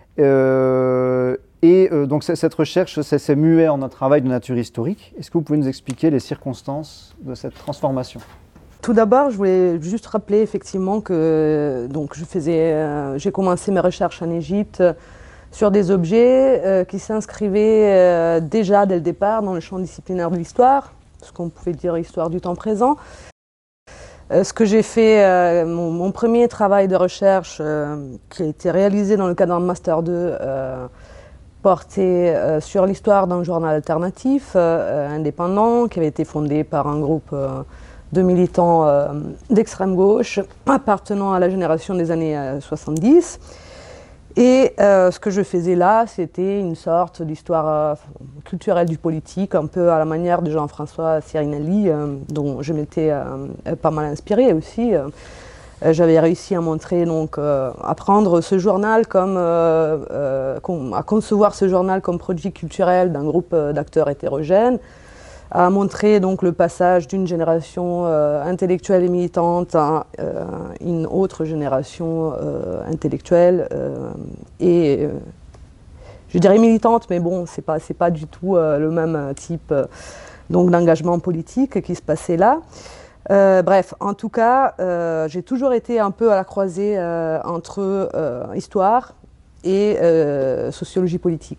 Euh, et euh, donc cette recherche s'est muée en un travail de nature historique. Est-ce que vous pouvez nous expliquer les circonstances de cette transformation ? Tout d'abord, je voulais juste rappeler effectivement que donc, je faisais, euh, j'ai commencé mes recherches en Égypte sur des objets euh, qui s'inscrivaient euh, déjà dès le départ dans le champ disciplinaire de l'histoire, ce qu'on pouvait dire histoire du temps présent. Euh, ce que j'ai fait, euh, mon, mon premier travail de recherche euh, qui a été réalisé dans le cadre d'un Master deux, euh, portait euh, sur l'histoire d'un journal alternatif euh, indépendant qui avait été fondé par un groupe euh, de militants euh, d'extrême gauche appartenant à la génération des années euh, soixante-dix. Et euh, ce que je faisais là, c'était une sorte d'histoire euh, culturelle du politique, un peu à la manière de Jean-François Sirinelli, euh, dont je m'étais euh, pas mal inspirée aussi. Euh, j'avais réussi à montrer, donc, euh, à prendre ce journal comme, euh, euh, à concevoir ce journal comme produit culturel d'un groupe d'acteurs hétérogènes, à montrer donc le passage d'une génération euh, intellectuelle et militante à euh, une autre génération euh, intellectuelle euh, et euh, je dirais militante, mais bon, c'est pas c'est pas du tout euh, le même type euh, donc d'engagement politique qui se passait là. Euh, bref, en tout cas, euh, j'ai toujours été un peu à la croisée euh, entre euh, histoire et euh, sociologie politique.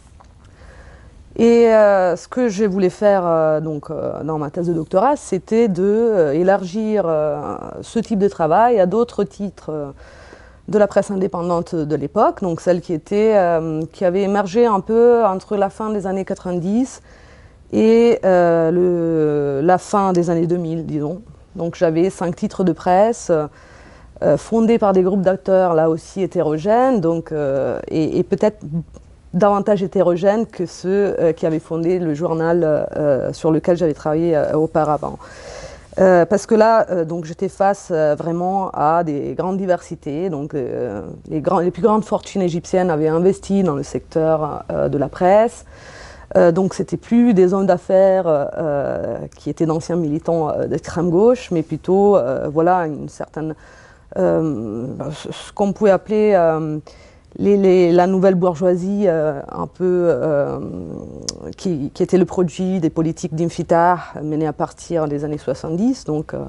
Et euh, ce que je voulais faire euh, donc, euh, dans ma thèse de doctorat, c'était d'élargir euh, euh, ce type de travail à d'autres titres, euh, de la presse indépendante de l'époque, donc celle qui, était, euh, qui avait émergé un peu entre la fin des années quatre-vingt-dix et euh, le, la fin des années deux mille, disons. Donc j'avais cinq titres de presse euh, fondés par des groupes d'acteurs là aussi hétérogènes, donc, euh, et, et peut-être davantage hétérogènes que ceux euh, qui avaient fondé le journal euh, sur lequel j'avais travaillé euh, auparavant. Euh, parce que là, euh, donc j'étais face euh, vraiment à des grandes diversités. Donc, euh, les, grands, les plus grandes fortunes égyptiennes avaient investi dans le secteur euh, de la presse. Euh, donc, c'était plus des hommes d'affaires euh, qui étaient d'anciens militants euh, d'extrême gauche, mais plutôt, euh, voilà, une certaine, euh, ce qu'on pouvait appeler euh, Les, les, la nouvelle bourgeoisie, euh, un peu, euh, qui, qui était le produit des politiques d'Infitar menées à partir des années soixante-dix. Donc, euh,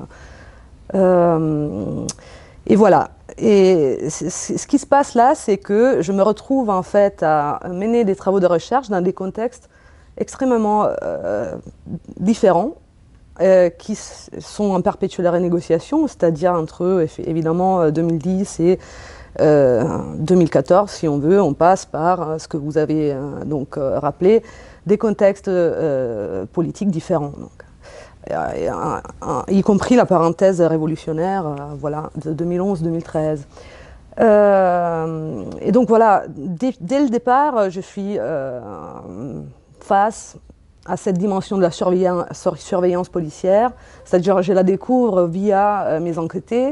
euh, et voilà. Et ce qui se passe là, c'est que je me retrouve en fait à mener des travaux de recherche dans des contextes extrêmement euh, différents, euh, qui sont en perpétuelle renégociation, c'est-à-dire entre évidemment deux mille dix et Euh, deux mille quatorze, si on veut, on passe par euh, ce que vous avez euh, donc euh, rappelé, des contextes euh, politiques différents, donc, et, et, et, y compris la parenthèse révolutionnaire, euh, voilà, de deux mille onze deux mille treize. Euh, et donc voilà, dès, dès le départ, je suis euh, face à cette dimension de la surveillance, surveillance policière, c'est-à-dire je la découvre via euh, mes enquêtés.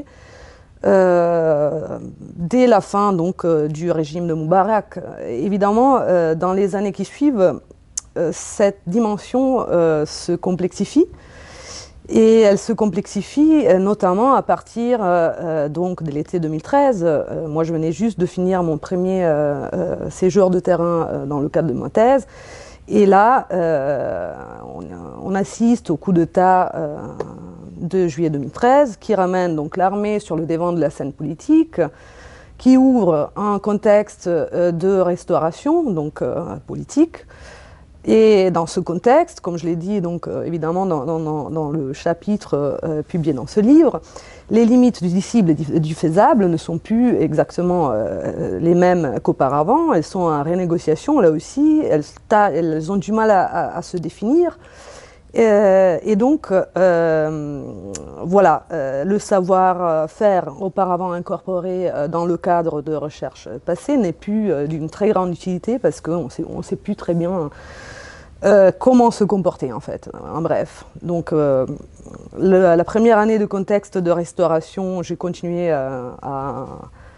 Euh, dès la fin donc, euh, du régime de Moubarak. Évidemment, euh, dans les années qui suivent, euh, cette dimension euh, se complexifie, et elle se complexifie euh, notamment à partir euh, donc de l'été deux mille treize. Euh, moi, je venais juste de finir mon premier euh, euh, séjour de terrain euh, dans le cadre de ma thèse, et là, euh, on, on assiste au coup d'État euh, de juillet deux mille treize, qui ramène donc l'armée sur le devant de la scène politique, qui ouvre un contexte euh, de restauration, donc euh, politique. Et dans ce contexte, comme je l'ai dit donc, euh, évidemment dans, dans, dans le chapitre euh, publié dans ce livre, les limites du cible et du faisable ne sont plus exactement euh, les mêmes qu'auparavant. Elles sont en renégociation, là aussi, elles, elles ont du mal à, à, à se définir. Euh, et donc, euh, voilà, euh, le savoir-faire auparavant incorporé euh, dans le cadre de recherche passée n'est plus euh, d'une très grande utilité parce qu'on ne sait plus très bien euh, comment se comporter, en fait, en bref. Donc, euh, le, la première année de contexte de restauration, j'ai continué euh, à...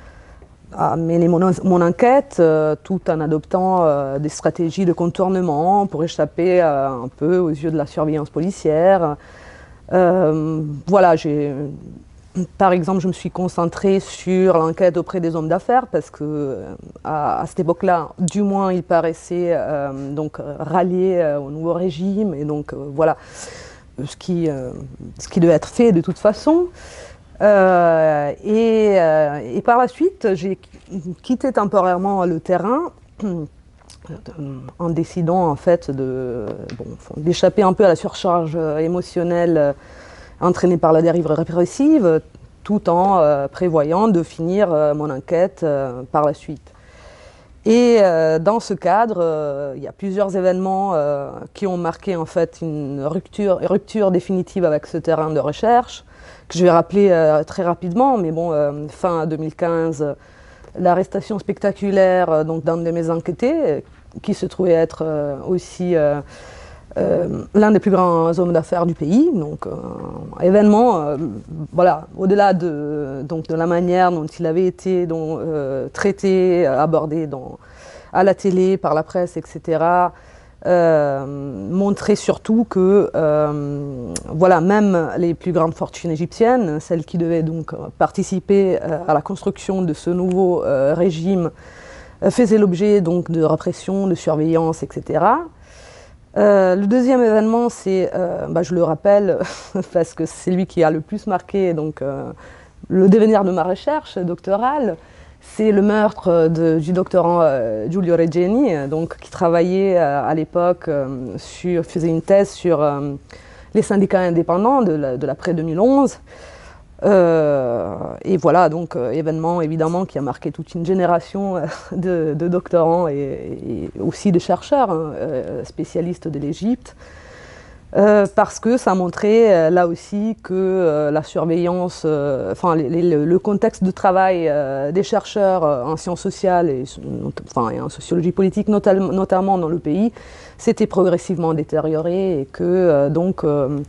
à mener mon, mon enquête euh, tout en adoptant euh, des stratégies de contournement pour échapper euh, un peu aux yeux de la surveillance policière. Euh, voilà, j'ai, par exemple, je me suis concentrée sur l'enquête auprès des hommes d'affaires parce que à, à cette époque-là, du moins, ils paraissaient euh, donc ralliés euh, au nouveau régime et donc euh, voilà ce qui, euh, ce qui devait être fait de toute façon. Euh, et, euh, et par la suite, j'ai quitté temporairement le terrain en décidant en fait de, bon, d'échapper un peu à la surcharge émotionnelle euh, entraînée par la dérive répressive, tout en euh, prévoyant de finir euh, mon enquête euh, par la suite. Et euh, dans ce cadre, euh, il y a plusieurs événements euh, qui ont marqué en fait une rupture, une rupture définitive avec ce terrain de recherche, que je vais rappeler euh, très rapidement, mais bon, euh, fin deux mille quinze, euh, l'arrestation spectaculaire euh, donc, d'un de mes enquêtés, euh, qui se trouvait être euh, aussi euh, euh, l'un des plus grands hommes d'affaires du pays. Donc, euh, événement, euh, voilà, au-delà de, donc, de la manière dont il avait été donc, euh, traité, abordé dans, à la télé, par la presse, et cetera, Euh, montrer surtout que euh, voilà, même les plus grandes fortunes égyptiennes, celles qui devaient donc participer euh, à la construction de ce nouveau euh, régime, euh, faisaient l'objet donc de répression, de surveillance, et cetera. Euh, le deuxième événement, c'est, euh, bah, je le rappelle, parce que c'est lui qui a le plus marqué donc, euh, le devenir de ma recherche doctorale. C'est le meurtre de, du doctorant euh, Giulio Regeni, donc, qui travaillait euh, à l'époque, euh, faisait une thèse sur euh, les syndicats indépendants de, la, de l'après deux mille onze. Euh, et voilà, donc euh, événement évidemment qui a marqué toute une génération de, de doctorants et, et aussi de chercheurs hein, euh, spécialistes de l'Égypte. Euh, parce que ça montrait euh, là aussi que euh, la surveillance, euh, enfin les, les, le contexte de travail euh, des chercheurs euh, en sciences sociales et, enfin, et en sociologie politique notamment, notamment dans le pays s'était progressivement détérioré et que euh, donc euh,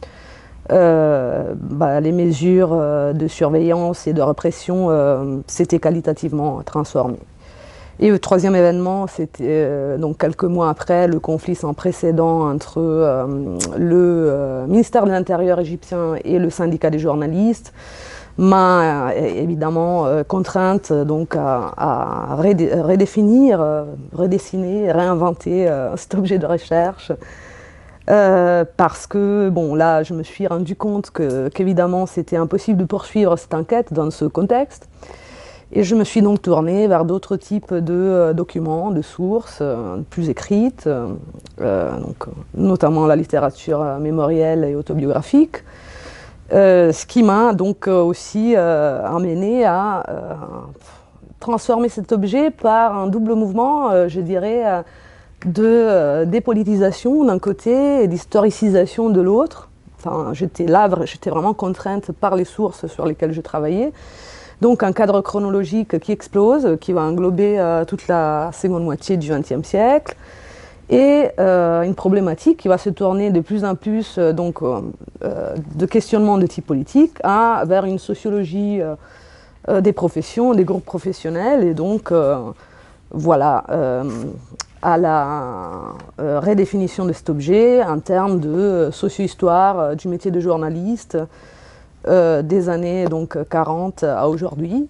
euh, bah, les mesures euh, de surveillance et de répression euh, s'étaient qualitativement transformées. Et le troisième événement, c'était euh, donc quelques mois après le conflit sans précédent entre euh, le euh, ministère de l'Intérieur égyptien et le syndicat des journalistes, m'a euh, évidemment euh, contrainte donc à, à redé redéfinir, euh, redessiner, réinventer euh, cet objet de recherche. Euh, parce que bon là, je me suis rendu compte que qu'évidemment c'était impossible de poursuivre cette enquête dans ce contexte. Et je me suis donc tournée vers d'autres types de euh, documents, de sources euh, plus écrites, euh, donc, notamment la littérature euh, mémorielle et autobiographique, euh, ce qui m'a donc euh, aussi euh, amené à euh, transformer cet objet par un double mouvement, euh, je dirais, euh, de euh, dépolitisation d'un côté et d'historicisation de l'autre. Enfin, j'étais là, j'étais vraiment contrainte par les sources sur lesquelles je travaillais. Donc un cadre chronologique qui explose, qui va englober euh, toute la seconde moitié du vingtième siècle, et euh, une problématique qui va se tourner de plus en plus euh, donc, euh, de questionnement de type politique à, vers une sociologie euh, euh, des professions, des groupes professionnels, et donc euh, voilà, euh, à la euh, redéfinition de cet objet en termes de socio-histoire euh, du métier de journaliste, Euh, des années donc quarante à aujourd'hui,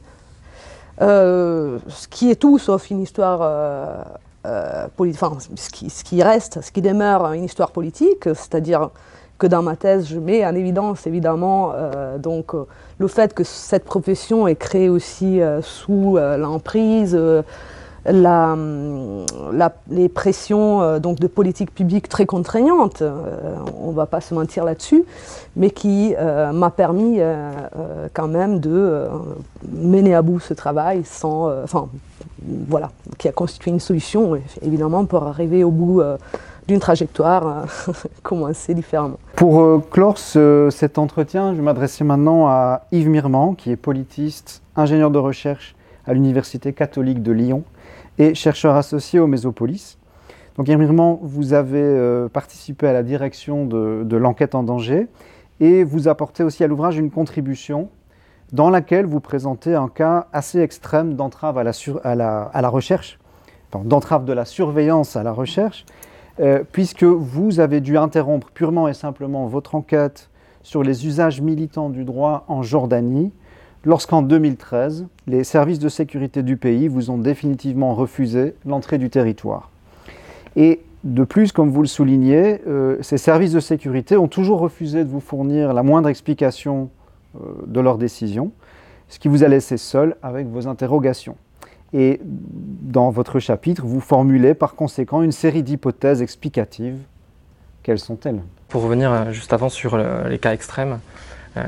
euh, ce qui est tout sauf une histoire euh, euh, politique, enfin ce qui, ce qui reste, ce qui demeure une histoire politique, c'est-à-dire que dans ma thèse je mets en évidence évidemment euh, donc euh, le fait que cette profession est créée aussi euh, sous euh, l'emprise euh, La, la, les pressions euh, donc de politique publique très contraignantes, euh, on ne va pas se mentir là-dessus, mais qui euh, m'a permis euh, euh, quand même de euh, mener à bout ce travail sans, euh, enfin, voilà, qui a constitué une solution évidemment pour arriver au bout euh, d'une trajectoire, euh, commencer différemment. Pour euh, clore ce, cet entretien, je vais m'adresser maintenant à Yves Mirmand, qui est politiste, ingénieur de recherche à l'Université catholique de Lyon et chercheur associé au Mésopolis. Donc Yves Mirmand, vous avez euh, participé à la direction de, de l'enquête en danger et vous apportez aussi à l'ouvrage une contribution dans laquelle vous présentez un cas assez extrême d'entrave à la, sur, à la, à la recherche, enfin, d'entrave de la surveillance à la recherche, euh, puisque vous avez dû interrompre purement et simplement votre enquête sur les usages militants du droit en Jordanie, lorsqu'en deux mille treize, les services de sécurité du pays vous ont définitivement refusé l'entrée du territoire. Et de plus, comme vous le soulignez, euh, ces services de sécurité ont toujours refusé de vous fournir la moindre explication euh, de leur décision, ce qui vous a laissé seul avec vos interrogations. Et dans votre chapitre, vous formulez par conséquent une série d'hypothèses explicatives. Quelles sont-elles? Pour revenir euh, juste avant sur le, les cas extrêmes, euh,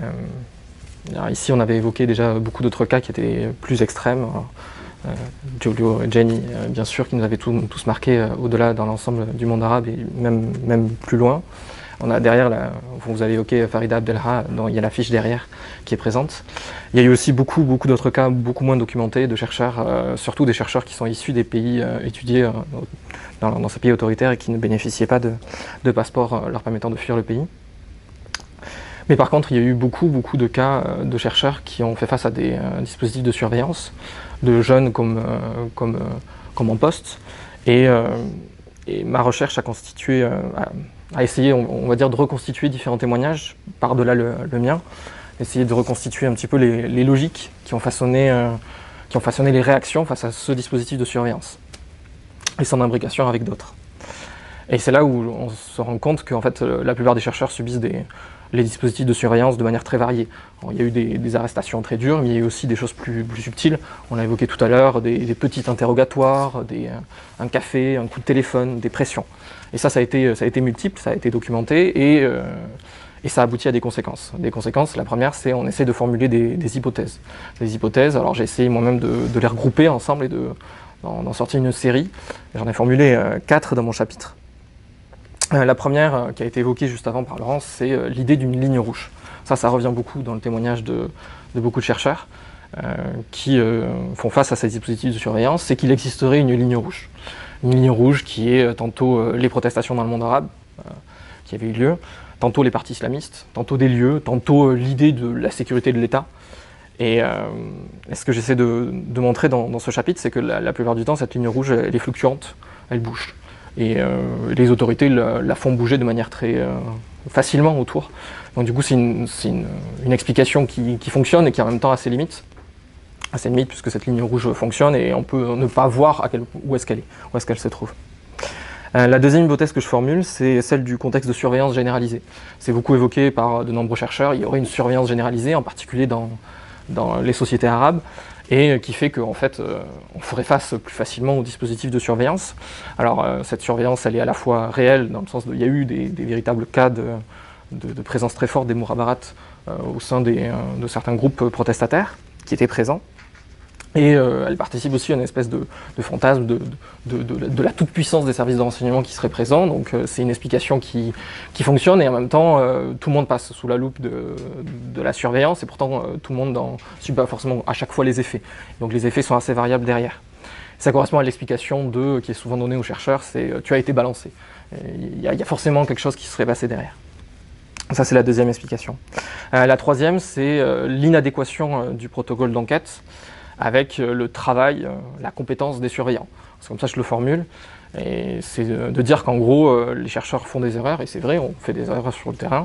alors ici, on avait évoqué déjà beaucoup d'autres cas qui étaient plus extrêmes. Euh, Giulio et Jenny, euh, bien sûr, qui nous avaient tout, tous marqués euh, au-delà dans l'ensemble du monde arabe et même, même plus loin. On a derrière, la, vous avez évoqué Farida Abdelha, dont il y a la fiche derrière qui est présente. Il y a eu aussi beaucoup, beaucoup d'autres cas, beaucoup moins documentés, de chercheurs, euh, surtout des chercheurs qui sont issus des pays euh, étudiés euh, dans, dans ces pays autoritaires et qui ne bénéficiaient pas de, de passeports euh, leur permettant de fuir le pays. Mais par contre, il y a eu beaucoup, beaucoup de cas euh, de chercheurs qui ont fait face à des euh, dispositifs de surveillance, de jeunes comme, euh, comme, euh, comme en poste. Et, euh, et ma recherche a constitué, euh, a, a essayé, on, on va dire, de reconstituer différents témoignages, par-delà le, le mien, essayer de reconstituer un petit peu les, les logiques qui ont, façonné, euh, qui ont façonné les réactions face à ce dispositif de surveillance, et son imbrication avec d'autres. Et c'est là où on se rend compte que en fait, la plupart des chercheurs subissent des, les dispositifs de surveillance de manière très variée. Alors, il y a eu des, des arrestations très dures, mais il y a eu aussi des choses plus, plus subtiles. On l'a évoqué tout à l'heure, des, des petits interrogatoires, des, un café, un coup de téléphone, des pressions. Et ça, ça a été, ça a été multiple, ça a été documenté, et, euh, Et ça aboutit à des conséquences. Des conséquences, la première, c'est on essaie de formuler des, des hypothèses. Des hypothèses, alors j'ai essayé moi-même de, de les regrouper ensemble et de, d'en sortir une série. J'en ai formulé euh, quatre dans mon chapitre. Euh, la première, euh, qui a été évoquée juste avant par Laurence, c'est euh, l'idée d'une ligne rouge. Ça, ça revient beaucoup dans le témoignage de, de beaucoup de chercheurs euh, qui euh, font face à ces dispositifs de surveillance, c'est qu'il existerait une ligne rouge. Une ligne rouge qui est euh, tantôt euh, les protestations dans le monde arabe, euh, qui avaient eu lieu, tantôt les partis islamistes, tantôt des lieux, tantôt euh, l'idée de la sécurité de l'État. Et, euh, et ce que j'essaie de, de montrer dans, dans ce chapitre, c'est que la, la plupart du temps, cette ligne rouge, elle est fluctuante, elle bouge. Et euh, les autorités la, la font bouger de manière très euh, facilement autour. Donc du coup, c'est une, c'est une, une explication qui, qui fonctionne et qui en même temps a ses limites. A ses limites puisque cette ligne rouge fonctionne et on peut ne pas voir à quel, où est-ce qu'elle est, où est-ce qu'elle se trouve. Euh, la deuxième hypothèse que je formule, c'est celle du contexte de surveillance généralisée. C'est beaucoup évoqué par de nombreux chercheurs. Il y aurait une surveillance généralisée, en particulier dans, dans les sociétés arabes, et qui fait qu'en fait, euh, on ferait face plus facilement aux dispositifs de surveillance. Alors, euh, cette surveillance, elle est à la fois réelle, dans le sens qu'il y a eu des, des véritables cas de, de, de présence très forte des mourabarats euh, au sein des, euh, de certains groupes protestataires qui étaient présents. Et euh, elle participe aussi à une espèce de, de fantasme de, de, de, de la toute-puissance des services de renseignement qui seraient présents. Donc euh, c'est une explication qui, qui fonctionne et en même temps euh, tout le monde passe sous la loupe de, de la surveillance et pourtant euh, tout le monde n'en subit pas forcément à chaque fois les effets. Donc les effets sont assez variables derrière. Ça correspond à l'explication de, qui est souvent donnée aux chercheurs, c'est euh, tu as été balancé. Il y, y a forcément quelque chose qui se serait passé derrière. Ça c'est la deuxième explication. Euh, la troisième, c'est euh, l'inadéquation euh, du protocole d'enquête avec le travail, la compétence des surveillants. C'est comme ça que je le formule. Et c'est de dire qu'en gros, les chercheurs font des erreurs, et c'est vrai, on fait des erreurs sur le terrain,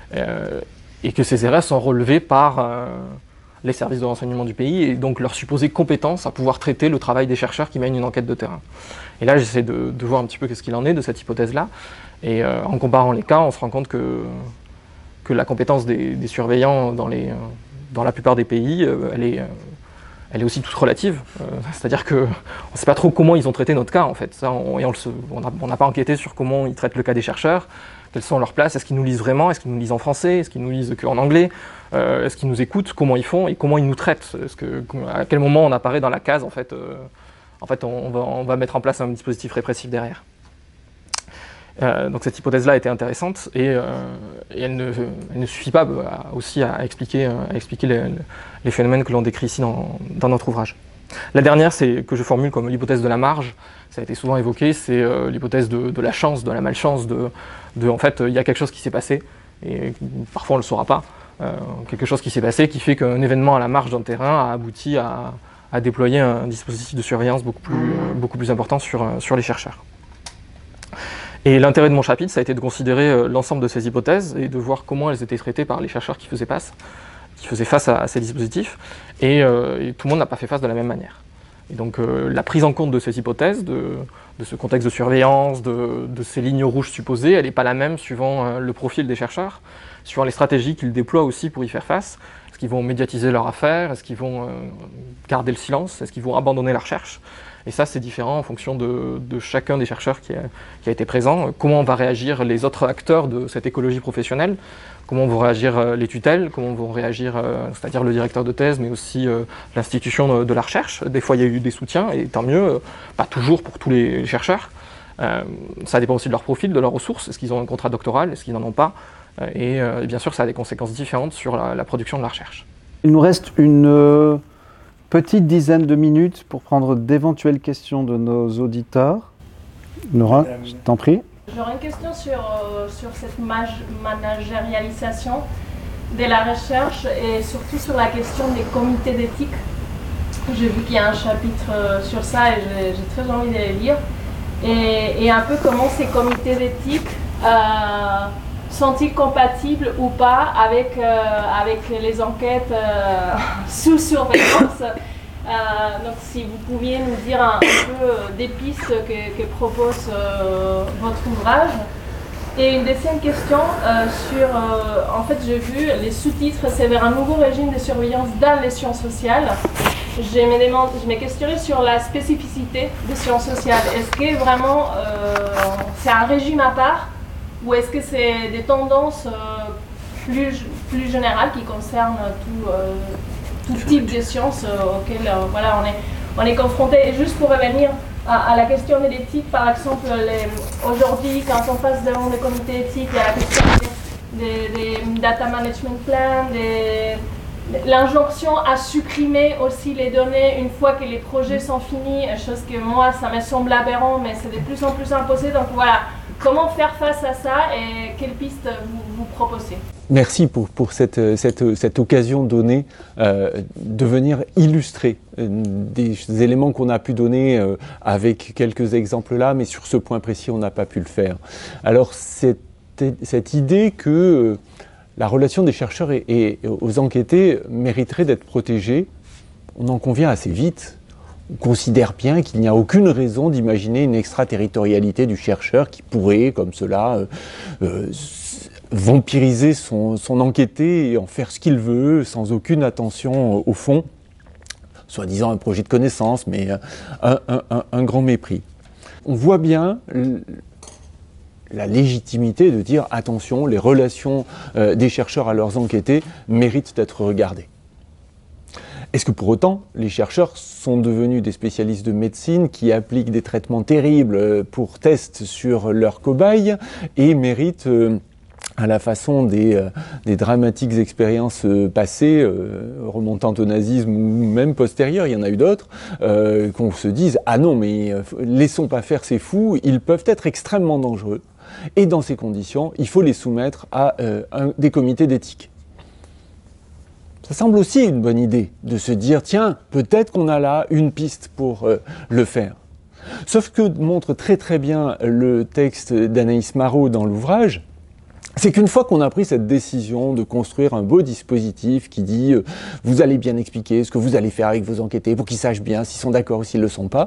et que ces erreurs sont relevées par les services de renseignement du pays, et donc leur supposée compétence à pouvoir traiter le travail des chercheurs qui mènent une enquête de terrain. Et là, j'essaie de, de voir un petit peu qu'est-ce qu'il en est de cette hypothèse-là, et euh, en comparant les cas, on se rend compte que, que la compétence des, des surveillants dans, les, dans la plupart des pays, elle est... elle est aussi toute relative, euh, c'est-à-dire qu'on ne sait pas trop comment ils ont traité notre cas en fait. Ça, on et on n'a pas enquêté sur comment ils traitent le cas des chercheurs, quelles sont leurs places, est-ce qu'ils nous lisent vraiment, est-ce qu'ils nous lisent en français, est-ce qu'ils nous lisent qu'en anglais, euh, est-ce qu'ils nous écoutent, comment ils font et comment ils nous traitent, est-ce que, à quel moment on apparaît dans la case en fait, euh, en fait on, va, on va mettre en place un dispositif répressif derrière. Euh, donc cette hypothèse-là était intéressante et, euh, et elle, ne, elle ne suffit pas euh, aussi à expliquer, à expliquer les, les phénomènes que l'on décrit ici dans, dans notre ouvrage. La dernière, c'est que je formule comme l'hypothèse de la marge. Ça a été souvent évoqué, c'est euh, l'hypothèse de, de la chance, de la malchance, de, de en fait, il y a quelque chose qui s'est passé et parfois on ne le saura pas. Euh, quelque chose qui s'est passé qui fait qu'un événement à la marge d'un terrain a abouti à, à déployer un dispositif de surveillance beaucoup plus, euh, beaucoup plus important sur, sur les chercheurs. Et l'intérêt de mon chapitre, ça a été de considérer euh, l'ensemble de ces hypothèses et de voir comment elles étaient traitées par les chercheurs qui faisaient face, qui faisaient face à, à ces dispositifs. Et, euh, et tout le monde n'a pas fait face de la même manière. Et donc euh, la prise en compte de ces hypothèses, de, de ce contexte de surveillance, de, de ces lignes rouges supposées, elle n'est pas la même suivant euh, le profil des chercheurs, suivant les stratégies qu'ils déploient aussi pour y faire face. Est-ce qu'ils vont médiatiser leur affaire? Est-ce qu'ils vont euh, garder le silence? Est-ce qu'ils vont abandonner la recherche? Et ça, c'est différent en fonction de, de chacun des chercheurs qui a, qui a été présent. Comment vont réagir les autres acteurs de cette écologie professionnelle? Comment vont réagir euh, les tutelles? Comment vont réagir, euh, c'est-à-dire le directeur de thèse, mais aussi euh, l'institution de, de la recherche? Des fois, il y a eu des soutiens, et tant mieux, euh, pas toujours pour tous les chercheurs. Euh, ça dépend aussi de leur profil, de leurs ressources. Est-ce qu'ils ont un contrat doctoral? Est-ce qu'ils n'en ont pas? euh, et, euh, et bien sûr, ça a des conséquences différentes sur la, la production de la recherche. Il nous reste une... Euh... petite dizaine de minutes pour prendre d'éventuelles questions de nos auditeurs. Nora, je t'en prie. J'aurais une question sur, euh, sur cette managérialisation de la recherche et surtout sur la question des comités d'éthique. J'ai vu qu'il y a un chapitre euh, sur ça et j'ai, j'ai très envie de les lire. Et, et un peu comment ces comités d'éthique euh, sont-ils compatibles ou pas avec, euh, avec les enquêtes euh, sous surveillance? euh, Donc si vous pouviez nous dire un, un peu des pistes que, que propose euh, votre ouvrage. Et une deuxième question euh, sur, euh, en fait j'ai vu les sous-titres, c'est vers un nouveau régime de surveillance dans les sciences sociales. Je me, demande, je me questionnais sur la spécificité des sciences sociales. Est-ce que vraiment euh, c'est un régime à part? Ou est-ce que c'est des tendances euh, plus, plus général qui concerne tout, euh, tout type de sciences euh, auxquelles euh, voilà, on est, on est confronté. Et juste pour revenir à, à la question de l'éthique, par exemple, aujourd'hui, quand on passe devant des comités éthiques, il y a la question des, des, des data management plans, des l'injonction à supprimer aussi les données une fois que les projets sont finis, chose que moi ça me semble aberrant, mais c'est de plus en plus imposé. Donc voilà, comment faire face à ça et quelles pistes vous, vous proposez? Merci pour, pour cette, cette, cette occasion donnée euh, de venir illustrer euh, des, des éléments qu'on a pu donner euh, avec quelques exemples là, mais sur ce point précis on n'a pas pu le faire. Alors cette, cette idée que euh, la relation des chercheurs et, et aux enquêtés mériterait d'être protégée, on en convient assez vite. On considère bien qu'il n'y a aucune raison d'imaginer une extraterritorialité du chercheur qui pourrait, comme cela, euh, euh, vampiriser son, son enquêté et en faire ce qu'il veut, sans aucune attention au fond, soi-disant un projet de connaissance, mais un, un, un, un grand mépris. On voit bien la légitimité de dire attention, les relations euh, des chercheurs à leurs enquêtés méritent d'être regardées. Est-ce que pour autant, les chercheurs sont devenus des spécialistes de médecine qui appliquent des traitements terribles pour tests sur leurs cobayes et méritent, euh, à la façon des, euh, des dramatiques expériences euh, passées, euh, remontant au nazisme ou même postérieures, il y en a eu d'autres, euh, qu'on se dise « Ah non, mais euh, laissons pas faire ces fous, ils peuvent être extrêmement dangereux. » Et dans ces conditions, il faut les soumettre à euh, un, des comités d'éthique. Ça semble aussi une bonne idée de se dire, tiens, peut-être qu'on a là une piste pour euh, le faire. Sauf que montre très très bien le texte d'Anaïs Marot dans l'ouvrage, c'est qu'une fois qu'on a pris cette décision de construire un beau dispositif qui dit euh, vous allez bien expliquer ce que vous allez faire avec vos enquêtés pour qu'ils sachent bien s'ils sont d'accord ou s'ils ne le sont pas,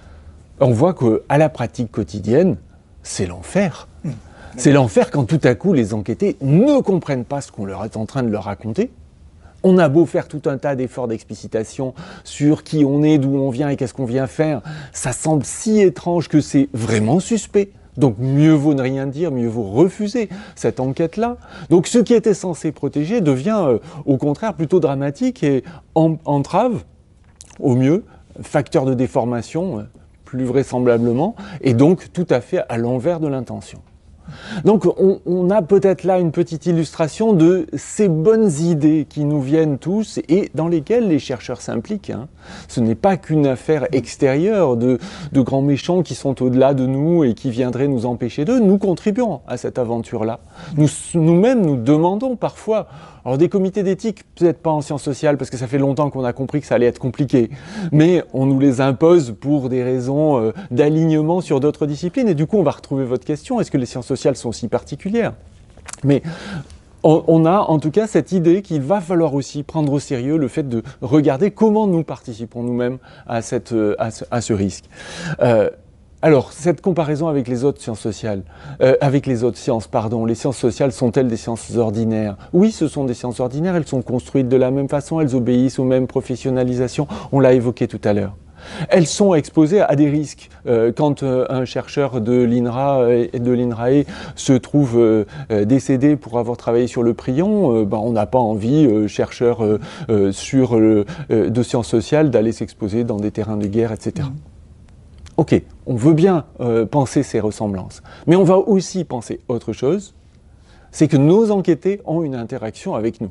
on voit qu'à la pratique quotidienne, c'est l'enfer. Mmh. C'est l'enfer quand tout à coup les enquêtés ne comprennent pas ce qu'on leur est en train de leur raconter. On a beau faire tout un tas d'efforts d'explicitation sur qui on est, d'où on vient et qu'est-ce qu'on vient faire, ça semble si étrange que c'est vraiment suspect. Donc mieux vaut ne rien dire, mieux vaut refuser cette enquête-là. Donc ce qui était censé protéger devient euh, au contraire plutôt dramatique et en, entrave, au mieux, facteur de déformation, euh, plus vraisemblablement, et donc tout à fait à l'envers de l'intention. Donc on, on a peut-être là une petite illustration de ces bonnes idées qui nous viennent tous et dans lesquelles les chercheurs s'impliquent. Hein. Ce n'est pas qu'une affaire extérieure de, de grands méchants qui sont au-delà de nous et qui viendraient nous empêcher d'eux. Nous contribuons à cette aventure-là. Nous, nous-mêmes, nous demandons parfois, alors des comités d'éthique, peut-être pas en sciences sociales parce que ça fait longtemps qu'on a compris que ça allait être compliqué, mais on nous les impose pour des raisons euh, d'alignement sur d'autres disciplines et du coup on va retrouver votre question, est-ce que les sciences sociales sont si particulières? Mais on, on a en tout cas cette idée qu'il va falloir aussi prendre au sérieux le fait de regarder comment nous participons nous-mêmes à, cette, à, ce, à ce risque. Euh, Alors, cette comparaison avec les autres sciences sociales, euh, avec les autres sciences, pardon, les sciences sociales sont-elles des sciences ordinaires? Oui, ce sont des sciences ordinaires, elles sont construites de la même façon, elles obéissent aux mêmes professionnalisations, on l'a évoqué tout à l'heure. Elles sont exposées à des risques. Euh, quand euh, un chercheur de l'INRA et de l'INRAE se trouve euh, décédé pour avoir travaillé sur le prion, euh, ben, on n'a pas envie, euh, chercheur euh, euh, sur, euh, de sciences sociales, d'aller s'exposer dans des terrains de guerre, et cetera. Mmh. Ok, on veut bien euh, penser ces ressemblances, mais on va aussi penser autre chose, c'est que nos enquêtés ont une interaction avec nous.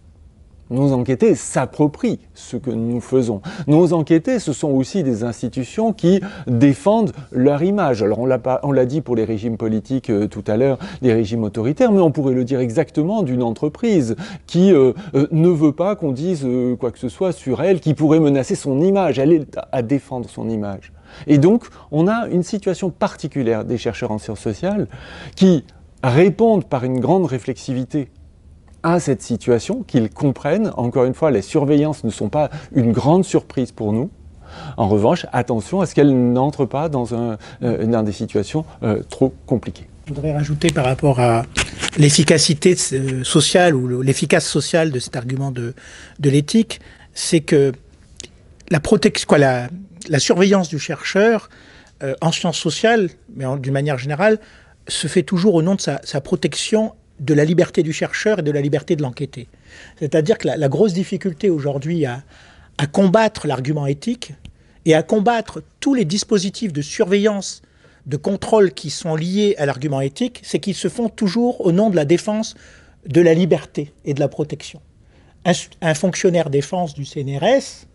Nos enquêtés s'approprient ce que nous faisons. Nos enquêtés, ce sont aussi des institutions qui défendent leur image. Alors on l'a pas, on l'a dit pour les régimes politiques euh, tout à l'heure, les régimes autoritaires, mais on pourrait le dire exactement d'une entreprise qui euh, euh, ne veut pas qu'on dise euh, quoi que ce soit sur elle, qui pourrait menacer son image. Elle est à défendre son image. Et donc, on a une situation particulière des chercheurs en sciences sociales qui répondent par une grande réflexivité à cette situation, qu'ils comprennent. Encore une fois, les surveillances ne sont pas une grande surprise pour nous. En revanche, attention à ce qu'elles n'entrent pas dans, un, euh, dans des situations euh, trop compliquées. Je voudrais rajouter par rapport à l'efficacité sociale ou l'efficace sociale de cet argument de, de l'éthique, c'est que la protection, quoi, la, la surveillance du chercheur euh, en sciences sociales, mais d'une manière générale, se fait toujours au nom de sa, sa protection de la liberté du chercheur et de la liberté de l'enquêté. C'est-à-dire que la, la grosse difficulté aujourd'hui à, à combattre l'argument éthique et à combattre tous les dispositifs de surveillance, de contrôle qui sont liés à l'argument éthique, c'est qu'ils se font toujours au nom de la défense de la liberté et de la protection. Un, un fonctionnaire défense du C N R S,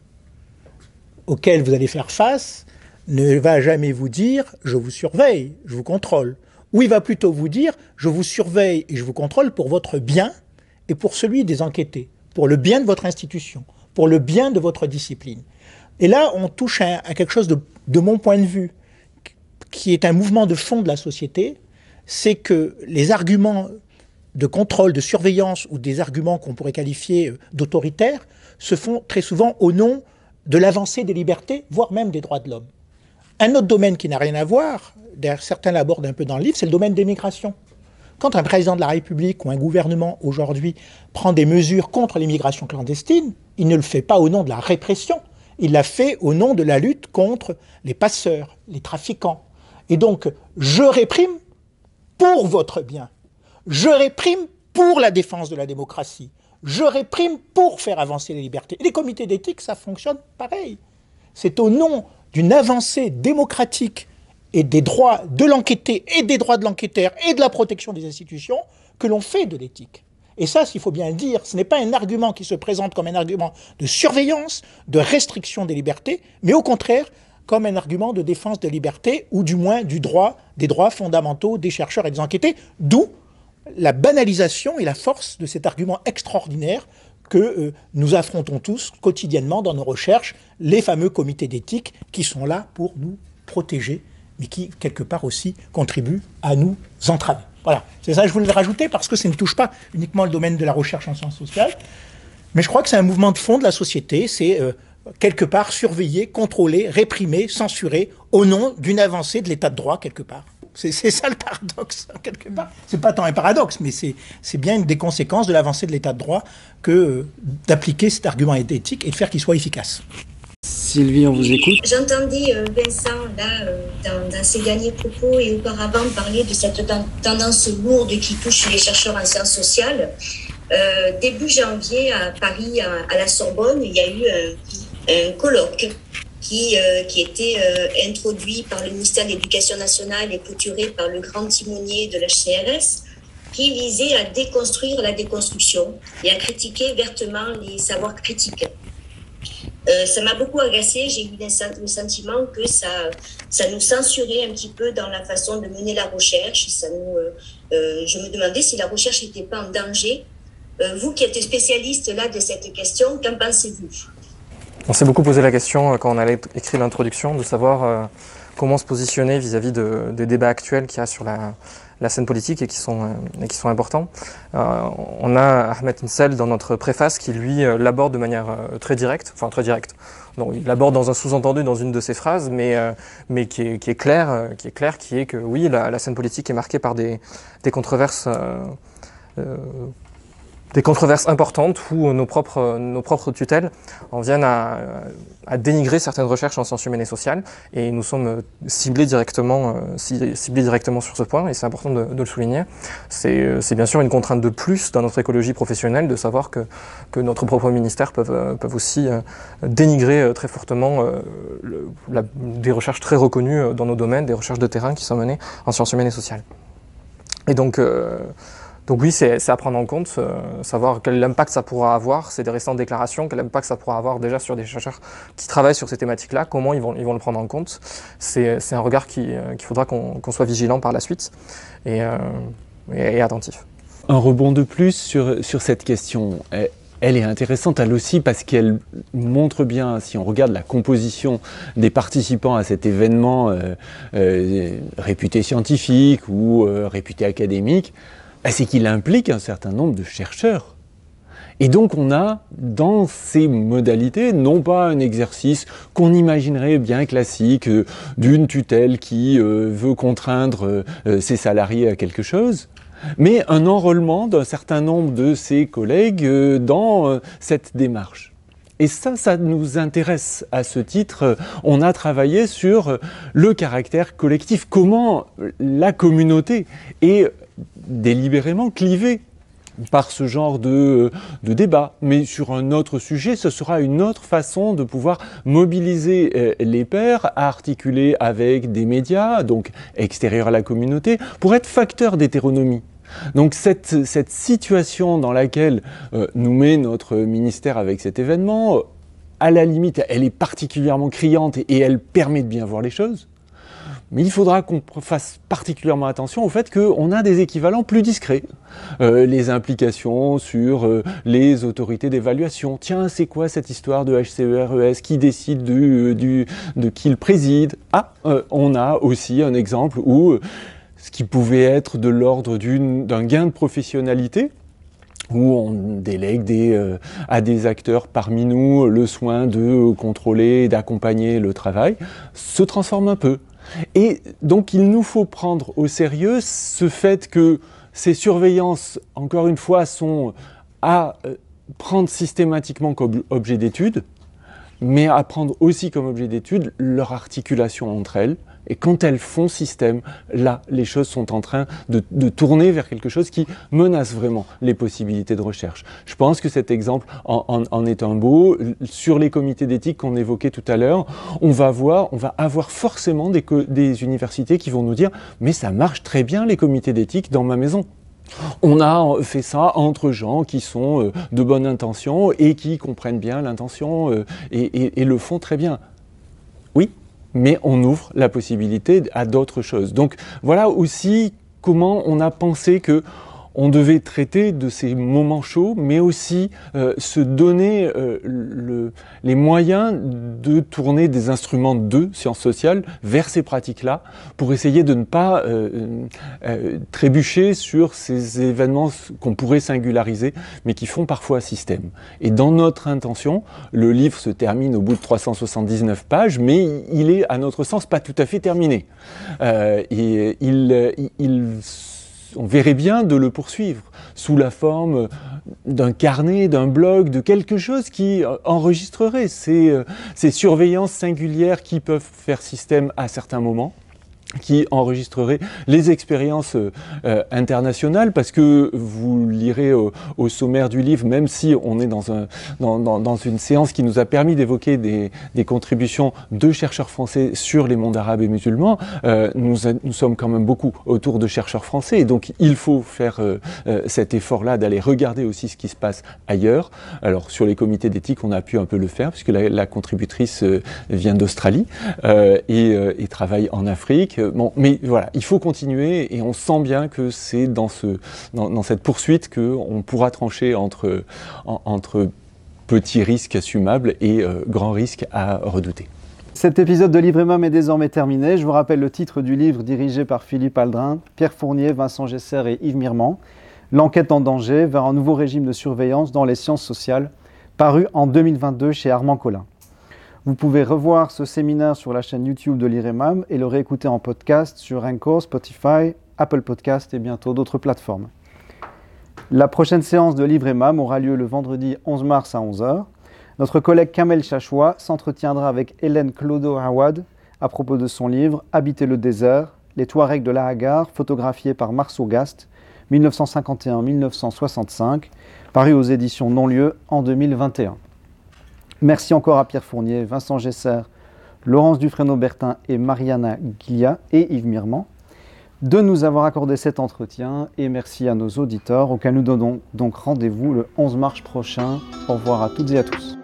auquel vous allez faire face, ne va jamais vous dire « je vous surveille, je vous contrôle ». Ou il va plutôt vous dire « je vous surveille et je vous contrôle pour votre bien et pour celui des enquêtés, pour le bien de votre institution, pour le bien de votre discipline ». Et là, on touche à, à quelque chose de, de mon point de vue, qui est un mouvement de fond de la société, c'est que les arguments de contrôle, de surveillance ou des arguments qu'on pourrait qualifier d'autoritaires se font très souvent au nom de l'avancée des libertés, voire même des droits de l'homme. Un autre domaine qui n'a rien à voir, certains l'abordent un peu dans le livre, c'est le domaine des migrations. Quand un président de la République ou un gouvernement aujourd'hui prend des mesures contre l'immigration clandestine, il ne le fait pas au nom de la répression, il l'a fait au nom de la lutte contre les passeurs, les trafiquants. Et donc, je réprime pour votre bien. Je réprime pour la défense de la démocratie. Je réprime pour faire avancer les libertés. Et les comités d'éthique, ça fonctionne pareil. C'est au nom d'une avancée démocratique et des droits de l'enquêté et des droits de l'enquêteur et de la protection des institutions que l'on fait de l'éthique. Et ça, s'il faut bien le dire, ce n'est pas un argument qui se présente comme un argument de surveillance, de restriction des libertés, mais au contraire, comme un argument de défense des libertés, ou du moins du droit, des droits fondamentaux des chercheurs et des enquêtés, d'où la banalisation et la force de cet argument extraordinaire que euh, nous affrontons tous quotidiennement dans nos recherches, les fameux comités d'éthique qui sont là pour nous protéger, mais qui, quelque part aussi, contribuent à nous entraver. Voilà, c'est ça que je voulais le rajouter, parce que ça ne touche pas uniquement le domaine de la recherche en sciences sociales, mais je crois que c'est un mouvement de fond de la société, c'est euh, quelque part surveiller, contrôler, réprimer, censurer, au nom d'une avancée de l'état de droit, quelque part. C'est, c'est ça le paradoxe, quelque part. C'est pas tant un paradoxe, mais c'est, c'est bien une des conséquences de l'avancée de l'état de droit que euh, d'appliquer cet argument éthique et de faire qu'il soit efficace. Sylvie, on vous écoute. J'entendais euh, Vincent, là, euh, dans, dans ses derniers propos et auparavant, parler de cette tendance lourde qui touche les chercheurs en sciences sociales. Euh, début janvier, à Paris, à, à la Sorbonne, il y a eu un, un colloque qui, euh, qui était euh, introduit par le ministère de l'Éducation nationale et clôturé par le grand timonier de l'H C R S, qui visait à déconstruire la déconstruction et à critiquer vertement les savoirs critiques. Euh, ça m'a beaucoup agacée, j'ai eu le sentiment que ça, ça nous censurait un petit peu dans la façon de mener la recherche. Ça nous, euh, euh, je me demandais si la recherche n'était pas en danger. Euh, vous qui êtes spécialiste là de cette question, qu'en pensez-vous ? On s'est beaucoup posé la question quand on a écrit l'introduction de savoir euh, comment se positionner vis-à-vis de, des débats actuels qu'il y a sur la, la scène politique et qui sont, euh, et qui sont importants. Euh, on a Ahmed Insel dans notre préface qui lui euh, l'aborde de manière euh, très directe, enfin très directe. Donc, il l'aborde dans un sous-entendu dans une de ses phrases, mais, euh, mais qui, est, qui, est clair, euh, qui est clair, qui est que oui, la, la scène politique est marquée par des, des controverses euh, euh, des controverses importantes où nos propres, nos propres tutelles en viennent à, à dénigrer certaines recherches en sciences humaines et sociales, et nous sommes ciblés directement, ciblés directement sur ce point, et c'est important de, de le souligner. C'est, c'est bien sûr une contrainte de plus dans notre écologie professionnelle de savoir que, que notre propre ministère peuvent, peuvent aussi dénigrer très fortement le, la, des recherches très reconnues dans nos domaines, des recherches de terrain qui sont menées en sciences humaines et sociales. Et donc, euh, Donc oui, c'est, c'est à prendre en compte, euh, savoir quel impact ça pourra avoir, c'est des récentes déclarations, quel impact ça pourra avoir déjà sur des chercheurs qui travaillent sur ces thématiques-là, comment ils vont, ils vont le prendre en compte. C'est, c'est un regard qui, euh, qu'il faudra qu'on, qu'on soit vigilant par la suite et, euh, et, et attentif. Un rebond de plus sur, sur cette question. Elle est intéressante, elle aussi, parce qu'elle montre bien, si on regarde la composition des participants à cet événement euh, euh, réputé scientifique ou euh, réputé académique, c'est qu'il implique un certain nombre de chercheurs. Et donc on a, dans ces modalités, non pas un exercice qu'on imaginerait bien classique euh, d'une tutelle qui euh, veut contraindre euh, ses salariés à quelque chose, mais un enrôlement d'un certain nombre de ses collègues euh, dans euh, cette démarche. Et ça, ça nous intéresse à ce titre. On a travaillé sur le caractère collectif, comment la communauté est délibérément clivée par ce genre de, de débat. Mais sur un autre sujet, ce sera une autre façon de pouvoir mobiliser les pairs, à articuler avec des médias, donc extérieurs à la communauté, pour être facteur d'hétéronomie. Donc cette, cette situation dans laquelle euh, nous met notre ministère avec cet événement, euh, à la limite, elle est particulièrement criante et, et elle permet de bien voir les choses. Mais il faudra qu'on fasse particulièrement attention au fait qu'on a des équivalents plus discrets. Euh, les implications sur euh, les autorités d'évaluation. Tiens, c'est quoi cette histoire de H C E R E S? Qui décide du, du, de qui le préside? Ah, euh, on a aussi un exemple où euh, ce qui pouvait être de l'ordre d'un gain de professionnalité, où on délègue des, euh, à des acteurs parmi nous le soin de contrôler et d'accompagner le travail, se transforme un peu. Et donc il nous faut prendre au sérieux ce fait que ces surveillances, encore une fois, sont à euh, prendre systématiquement comme objet d'étude, mais à prendre aussi comme objet d'étude leur articulation entre elles. Et quand elles font système, là, les choses sont en train de, de tourner vers quelque chose qui menace vraiment les possibilités de recherche. Je pense que cet exemple en, en, en est un beau. Sur les comités d'éthique qu'on évoquait tout à l'heure, on va voir, on va avoir forcément des, des universités qui vont nous dire « mais ça marche très bien les comités d'éthique dans ma maison ». On a fait ça entre gens qui sont euh, de bonne intention et qui comprennent bien l'intention euh, et, et, et le font très bien. Oui, mais on ouvre la possibilité à d'autres choses. Donc voilà aussi comment on a pensé que on devait traiter de ces moments chauds, mais aussi euh, se donner euh, le, les moyens de tourner des instruments de sciences sociales vers ces pratiques-là, pour essayer de ne pas euh, euh, trébucher sur ces événements qu'on pourrait singulariser, mais qui font parfois système. Et dans notre intention, le livre se termine au bout de trois cent soixante-dix-neuf pages, mais il est, à notre sens, pas tout à fait terminé. Euh, et il, il, il on verrait bien de le poursuivre sous la forme d'un carnet, d'un blog, de quelque chose qui enregistrerait ces, ces surveillances singulières qui peuvent faire système à certains moments, qui enregistrerait les expériences euh, internationales, parce que vous lirez au, au sommaire du livre, même si on est dans, un, dans, dans, dans une séance qui nous a permis d'évoquer des, des contributions de chercheurs français sur les mondes arabes et musulmans, euh, nous, a, nous sommes quand même beaucoup autour de chercheurs français, et donc il faut faire euh, euh, cet effort-là d'aller regarder aussi ce qui se passe ailleurs. Alors sur les comités d'éthique, on a pu un peu le faire, puisque la, la contributrice euh, vient d'Australie euh, et, euh, et travaille en Afrique. Bon, mais voilà, il faut continuer et on sent bien que c'est dans, ce, dans, dans cette poursuite qu'on pourra trancher entre, en, entre petits risques assumables et euh, grands risques à redouter. Cet épisode de Livre et Mum est désormais terminé. Je vous rappelle le titre du livre dirigé par Philippe Aldrin, Pierre Fournier, Vincent Gesser et Yves Mirmand, L'enquête en danger vers un nouveau régime de surveillance dans les sciences sociales, paru en deux mille vingt-deux chez Armand Collin. Vous pouvez revoir ce séminaire sur la chaîne YouTube de Lire et Mum et le réécouter en podcast sur Anchor, Spotify, Apple Podcast et bientôt d'autres plateformes. La prochaine séance de Livre et Mum aura lieu le vendredi onze mars à onze heures. Notre collègue Kamel Chachoua s'entretiendra avec Hélène Clodo-Awad à propos de son livre « Habiter le désert, les Touaregs de la Hagar », photographié par Marceau Gast, mille neuf cent cinquante et un à mille neuf cent soixante-cinq, paru aux éditions Non-Lieu en deux mille vingt et un. Merci encore à Pierre Fournier, Vincent Gesser, Laurence Dufresneau-Bertin et Mariana Guillat et Yves Mirmand de nous avoir accordé cet entretien, et merci à nos auditeurs auxquels nous donnons donc rendez-vous le onze mars prochain. Au revoir à toutes et à tous.